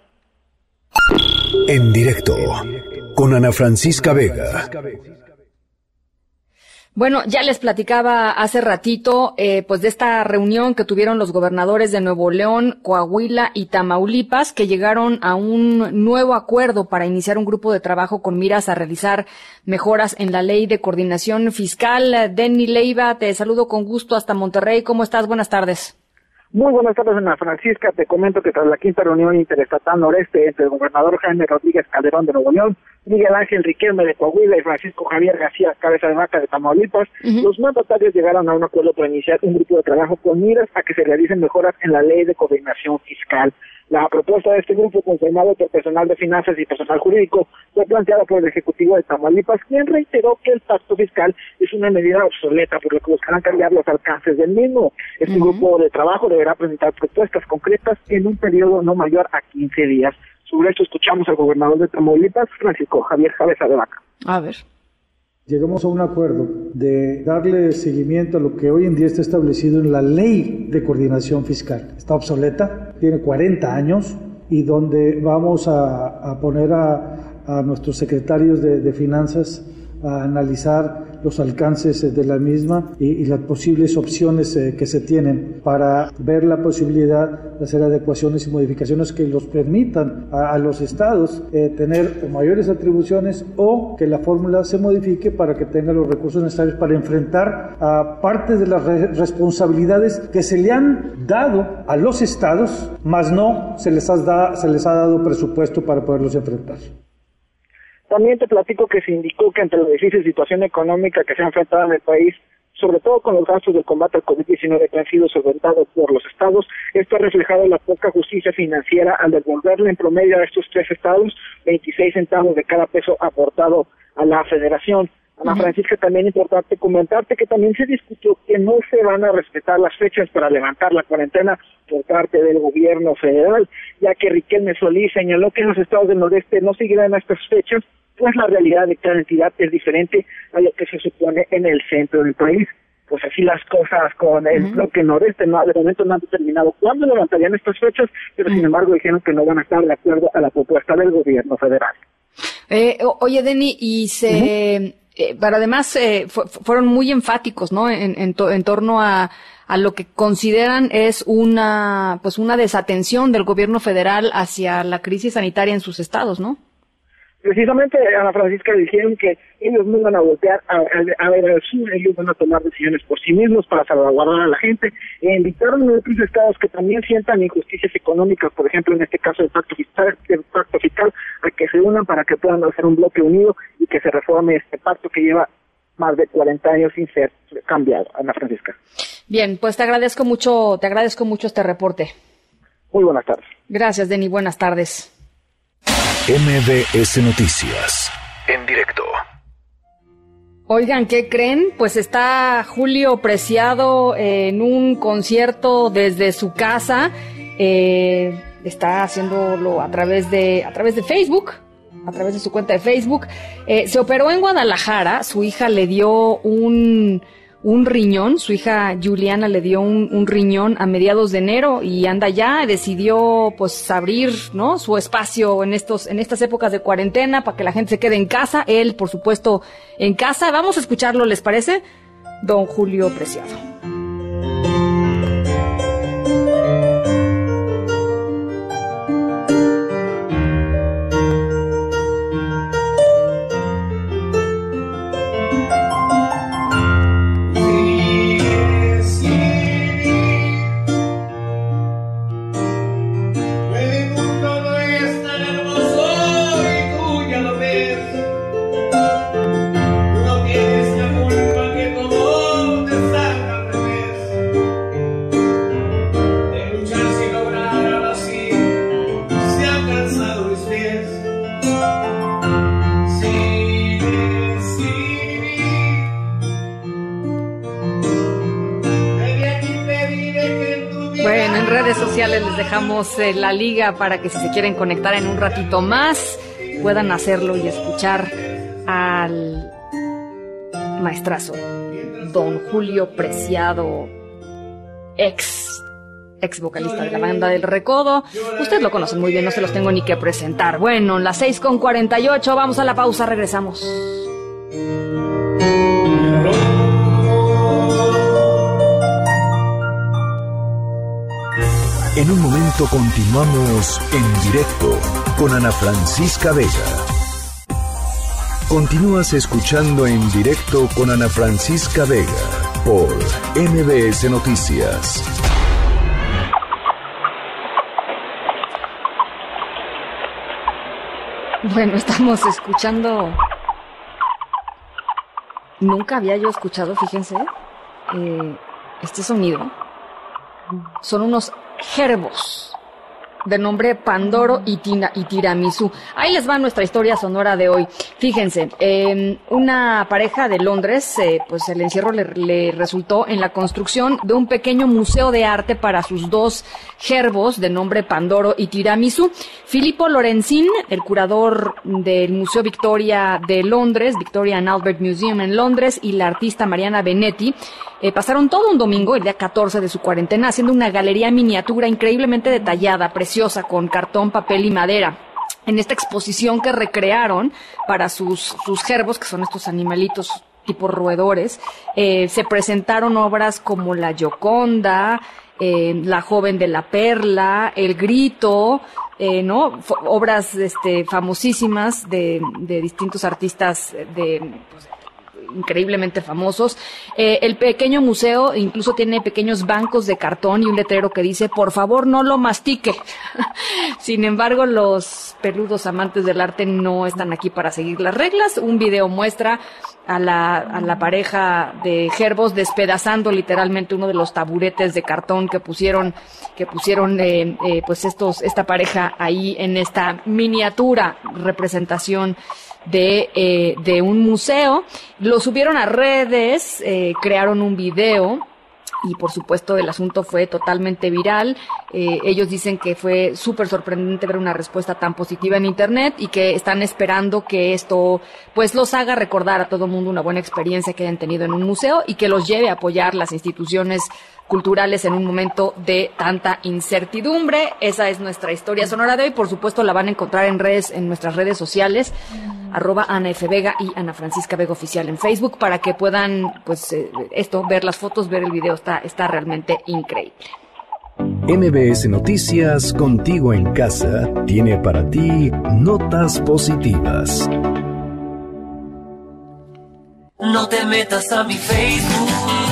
En Directo con Ana Francisca Vega. Bueno, ya les platicaba hace ratito, eh, pues de esta reunión que tuvieron los gobernadores de Nuevo León, Coahuila y Tamaulipas, que llegaron a un nuevo acuerdo para iniciar un grupo de trabajo con miras a realizar mejoras en la ley de coordinación fiscal. Denny Leiva, te saludo con gusto hasta Monterrey. ¿Cómo estás? Buenas tardes. Muy buenas tardes, Ana Francisca. Te comento que tras la quinta reunión interestatal noreste entre el gobernador Jaime Rodríguez Calderón de Nuevo León, Miguel Ángel Riquelme de Coahuila y Francisco Javier García Cabeza de Vaca de Tamaulipas, uh-huh. los mandatarios llegaron a un acuerdo para iniciar un grupo de trabajo con miras a que se realicen mejoras en la ley de coordinación fiscal. La propuesta de este grupo, conformado por personal de finanzas y personal jurídico, fue planteada por el Ejecutivo de Tamaulipas, quien reiteró que el pacto fiscal es una medida obsoleta, por lo que buscarán cambiar los alcances del mismo. Este uh-huh. grupo de trabajo deberá presentar propuestas concretas en un periodo no mayor a quince días. Sobre esto escuchamos al gobernador de Tamaulipas, Francisco Javier Cabeza de Vaca. A ver. Llegamos a un acuerdo de darle seguimiento a lo que hoy en día está establecido en la Ley de Coordinación Fiscal. Está obsoleta, tiene cuarenta años y donde vamos a, a poner a, a nuestros secretarios de, de Finanzas a analizar los alcances de la misma y, y las posibles opciones eh, que se tienen para ver la posibilidad de hacer adecuaciones y modificaciones que los permitan a, a los estados eh, tener o mayores atribuciones o que la fórmula se modifique para que tengan los recursos necesarios para enfrentar a parte de las re- responsabilidades que se le han dado a los estados, más no se les ha, da, se les ha dado presupuesto para poderlos enfrentar. También te platico que se indicó que ante la difícil situación económica que se ha enfrentado en el país, sobre todo con los gastos del combate al covid diecinueve que han sido solventados por los estados, esto ha reflejado la poca justicia financiera al devolverle en promedio a estos tres estados veintiséis centavos de cada peso aportado a la federación. Ana uh-huh. Francisca, también importante comentarte que también se discutió que no se van a respetar las fechas para levantar la cuarentena por parte del gobierno federal, ya que Riquelme Solís señaló que en los estados del noreste no seguirán estas fechas, pues la realidad de cada entidad es diferente a lo que se supone en el centro del país. Pues así las cosas con el uh-huh. bloque noreste, no, de momento no han determinado cuándo levantarían estas fechas, pero uh-huh. sin embargo dijeron que no van a estar de acuerdo a la propuesta del gobierno federal. Eh, oye, Denny, y se... Uh-huh. Eh, pero además eh, fu- fueron muy enfáticos, ¿no? En, en, to- en torno a, a lo que consideran es una, pues una desatención del gobierno federal hacia la crisis sanitaria en sus estados, ¿no? Precisamente, Ana Francisca, dijeron que ellos no van a voltear a, a, a ver al sur, ellos van a tomar decisiones por sí mismos para salvaguardar a la gente, e invitaron a otros estados que también sientan injusticias económicas, por ejemplo, en este caso el pacto fiscal, el pacto fiscal, a que se unan para que puedan hacer un bloque unido y que se reforme este pacto que lleva más de cuarenta años sin ser cambiado, Ana Francisca. Bien, pues te agradezco mucho, te agradezco mucho este reporte. Muy buenas tardes. Gracias, Denny, buenas tardes. M V S Noticias, en directo. Oigan, ¿qué creen? Pues está Julio Preciado en un concierto desde su casa. Eh, está haciéndolo a través de a través de Facebook, a través de su cuenta de Facebook. Eh, se operó en Guadalajara. Su hija le dio un un riñón. Su hija Juliana le dio un, un riñón a mediados de enero y anda ya, decidió pues abrir, ¿no?, su espacio en estos, en estas épocas de cuarentena para que la gente se quede en casa. Él, por supuesto, en casa. Vamos a escucharlo, ¿les parece? Don Julio Preciado. Bueno, en redes sociales les dejamos eh, la liga para que si se quieren conectar en un ratito más, puedan hacerlo y escuchar al maestrazo, don Julio Preciado, ex, ex vocalista de la banda del Recodo. Ustedes lo conocen muy bien, no se los tengo ni que presentar. Bueno, las seis con cuarenta y ocho, vamos a la pausa, regresamos. momento continuamos en directo con Ana Francisca Vega. Continúas escuchando En Directo con Ana Francisca Vega por M B S Noticias. Bueno, estamos escuchando... Nunca había yo escuchado, fíjense, eh, este sonido. Son unos gerbos de nombre Pandoro y, tina, y Tiramisú. Ahí les va nuestra historia sonora de hoy. Fíjense, eh, una pareja de Londres, eh, pues el encierro le, le resultó en la construcción de un pequeño museo de arte para sus dos gerbos de nombre Pandoro y Tiramisú. Filippo Lorenzin, el curador del Museo Victoria de Londres, Victoria and Albert Museum en Londres, y la artista Mariana Benetti, eh, pasaron todo un domingo, el día catorce de su cuarentena, haciendo una galería miniatura increíblemente detallada, preciosa, con cartón, papel y madera. En esta exposición que recrearon para sus, sus gerbos, que son estos animalitos tipo roedores, eh, se presentaron obras como la Gioconda, eh, la Joven de la Perla, El Grito, eh, ¿no? F- obras, este, famosísimas de, de distintos artistas de, pues, increíblemente famosos. Eh, el pequeño museo incluso tiene pequeños bancos de cartón y un letrero que dice, por favor, no lo mastique. Sin embargo, los peludos amantes del arte no están aquí para seguir las reglas. Un video muestra a la, a la pareja de gerbos despedazando literalmente uno de los taburetes de cartón que pusieron, que pusieron, eh, eh, pues estos, esta pareja ahí en esta miniatura representación de, eh, de un museo. Lo subieron a redes, eh, crearon un video y por supuesto el asunto fue totalmente viral. Eh, ellos dicen que fue súper sorprendente ver una respuesta tan positiva en internet y que están esperando que esto pues los haga recordar a todo el mundo una buena experiencia que hayan tenido en un museo y que los lleve a apoyar las instituciones culturales en un momento de tanta incertidumbre. Esa es nuestra historia sonora de hoy. Por supuesto la van a encontrar en redes, en nuestras redes sociales, mm. arroba Ana F. Vega y Ana Francisca Vega Oficial en Facebook, para que puedan, pues, eh, esto, ver las fotos, ver el video. Está, está realmente increíble. M B S Noticias, contigo en casa, tiene para ti notas positivas. No te metas a mi Facebook,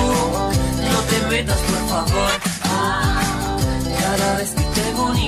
no te metas por favor. Ah, cada vez que tengo un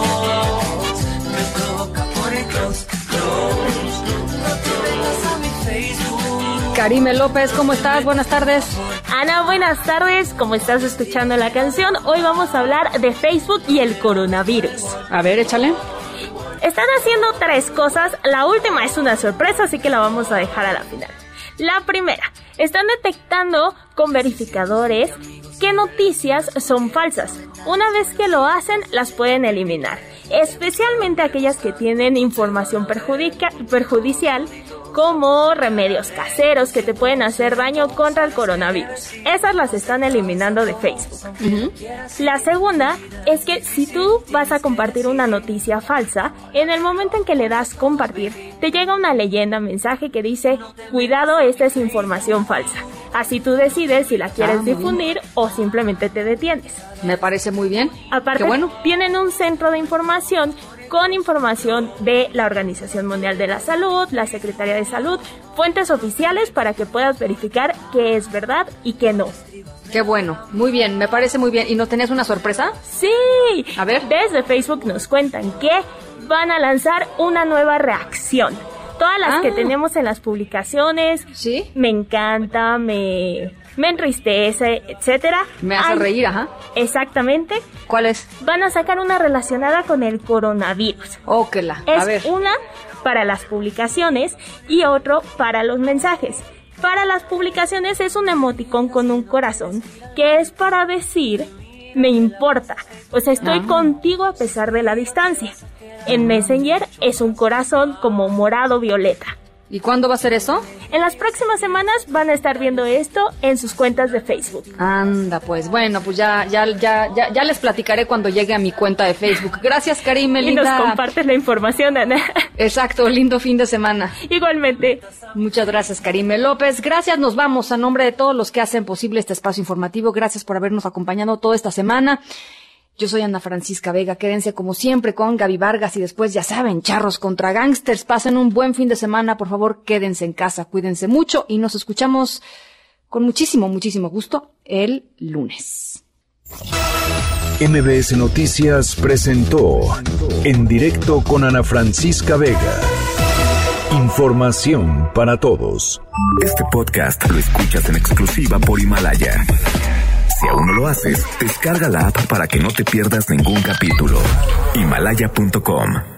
inbox me provoca por el close, close. No te metas a mi Facebook. Karime López, ¿cómo estás? Buenas tardes. Ana, buenas tardes. Como estás escuchando la canción, hoy vamos a hablar de Facebook y el coronavirus. A ver, échale. Están haciendo tres cosas. La última es una sorpresa, así que la vamos a dejar a la final. La primera, están detectando con verificadores qué noticias son falsas. Una vez que lo hacen, las pueden eliminar, especialmente aquellas que tienen información perjudica- perjudicial, como remedios caseros que te pueden hacer daño contra el coronavirus. Esas las están eliminando de Facebook. Uh-huh. La segunda es que si tú vas a compartir una noticia falsa, en el momento en que le das compartir, te llega una leyenda, mensaje que dice, cuidado, esta es información falsa. Así tú decides si la quieres ah, difundir bien. O simplemente te detienes. Me parece muy bien. Aparte, Qué bueno. Tienen un centro de información con información de la Organización Mundial de la Salud, la Secretaría de Salud, fuentes oficiales para que puedas verificar qué es verdad y qué no. Qué bueno, muy bien, me parece muy bien. ¿Y nos tenías una sorpresa? Sí. A ver. Desde Facebook nos cuentan que van a lanzar una nueva reacción. Todas las ah. que tenemos en las publicaciones, ¿sí? Me encanta, me, me entristece, etcétera. Me hace Ay, reír, ajá. Exactamente. ¿Cuál es? Van a sacar una relacionada con el coronavirus. Oh, que la. Es a ver. una para las publicaciones y otro para los mensajes. Para las publicaciones es un emoticón con un corazón, que es para decir, me importa. O sea, estoy ah. contigo a pesar de la distancia. En Messenger es un corazón como morado violeta. ¿Y cuándo va a ser eso? En las próximas semanas van a estar viendo esto en sus cuentas de Facebook. Anda, pues bueno, pues ya ya ya ya, ya les platicaré cuando llegue a mi cuenta de Facebook. Gracias, Karime, linda. Y nos compartes la información, Ana. Exacto, lindo fin de semana. Igualmente. Muchas gracias, Karime López. Gracias, nos vamos a nombre de todos los que hacen posible este espacio informativo. Gracias por habernos acompañado toda esta semana. Yo soy Ana Francisca Vega. Quédense como siempre con Gaby Vargas y después, ya saben, charros contra gangsters. Pasen un buen fin de semana. Por favor, quédense en casa, cuídense mucho y nos escuchamos con muchísimo, muchísimo gusto el lunes. M B S Noticias presentó En Directo con Ana Francisca Vega. Información para todos. Este podcast lo escuchas en exclusiva por Himalaya. Si aún no lo haces, descarga la app para que no te pierdas ningún capítulo. Himalaya punto com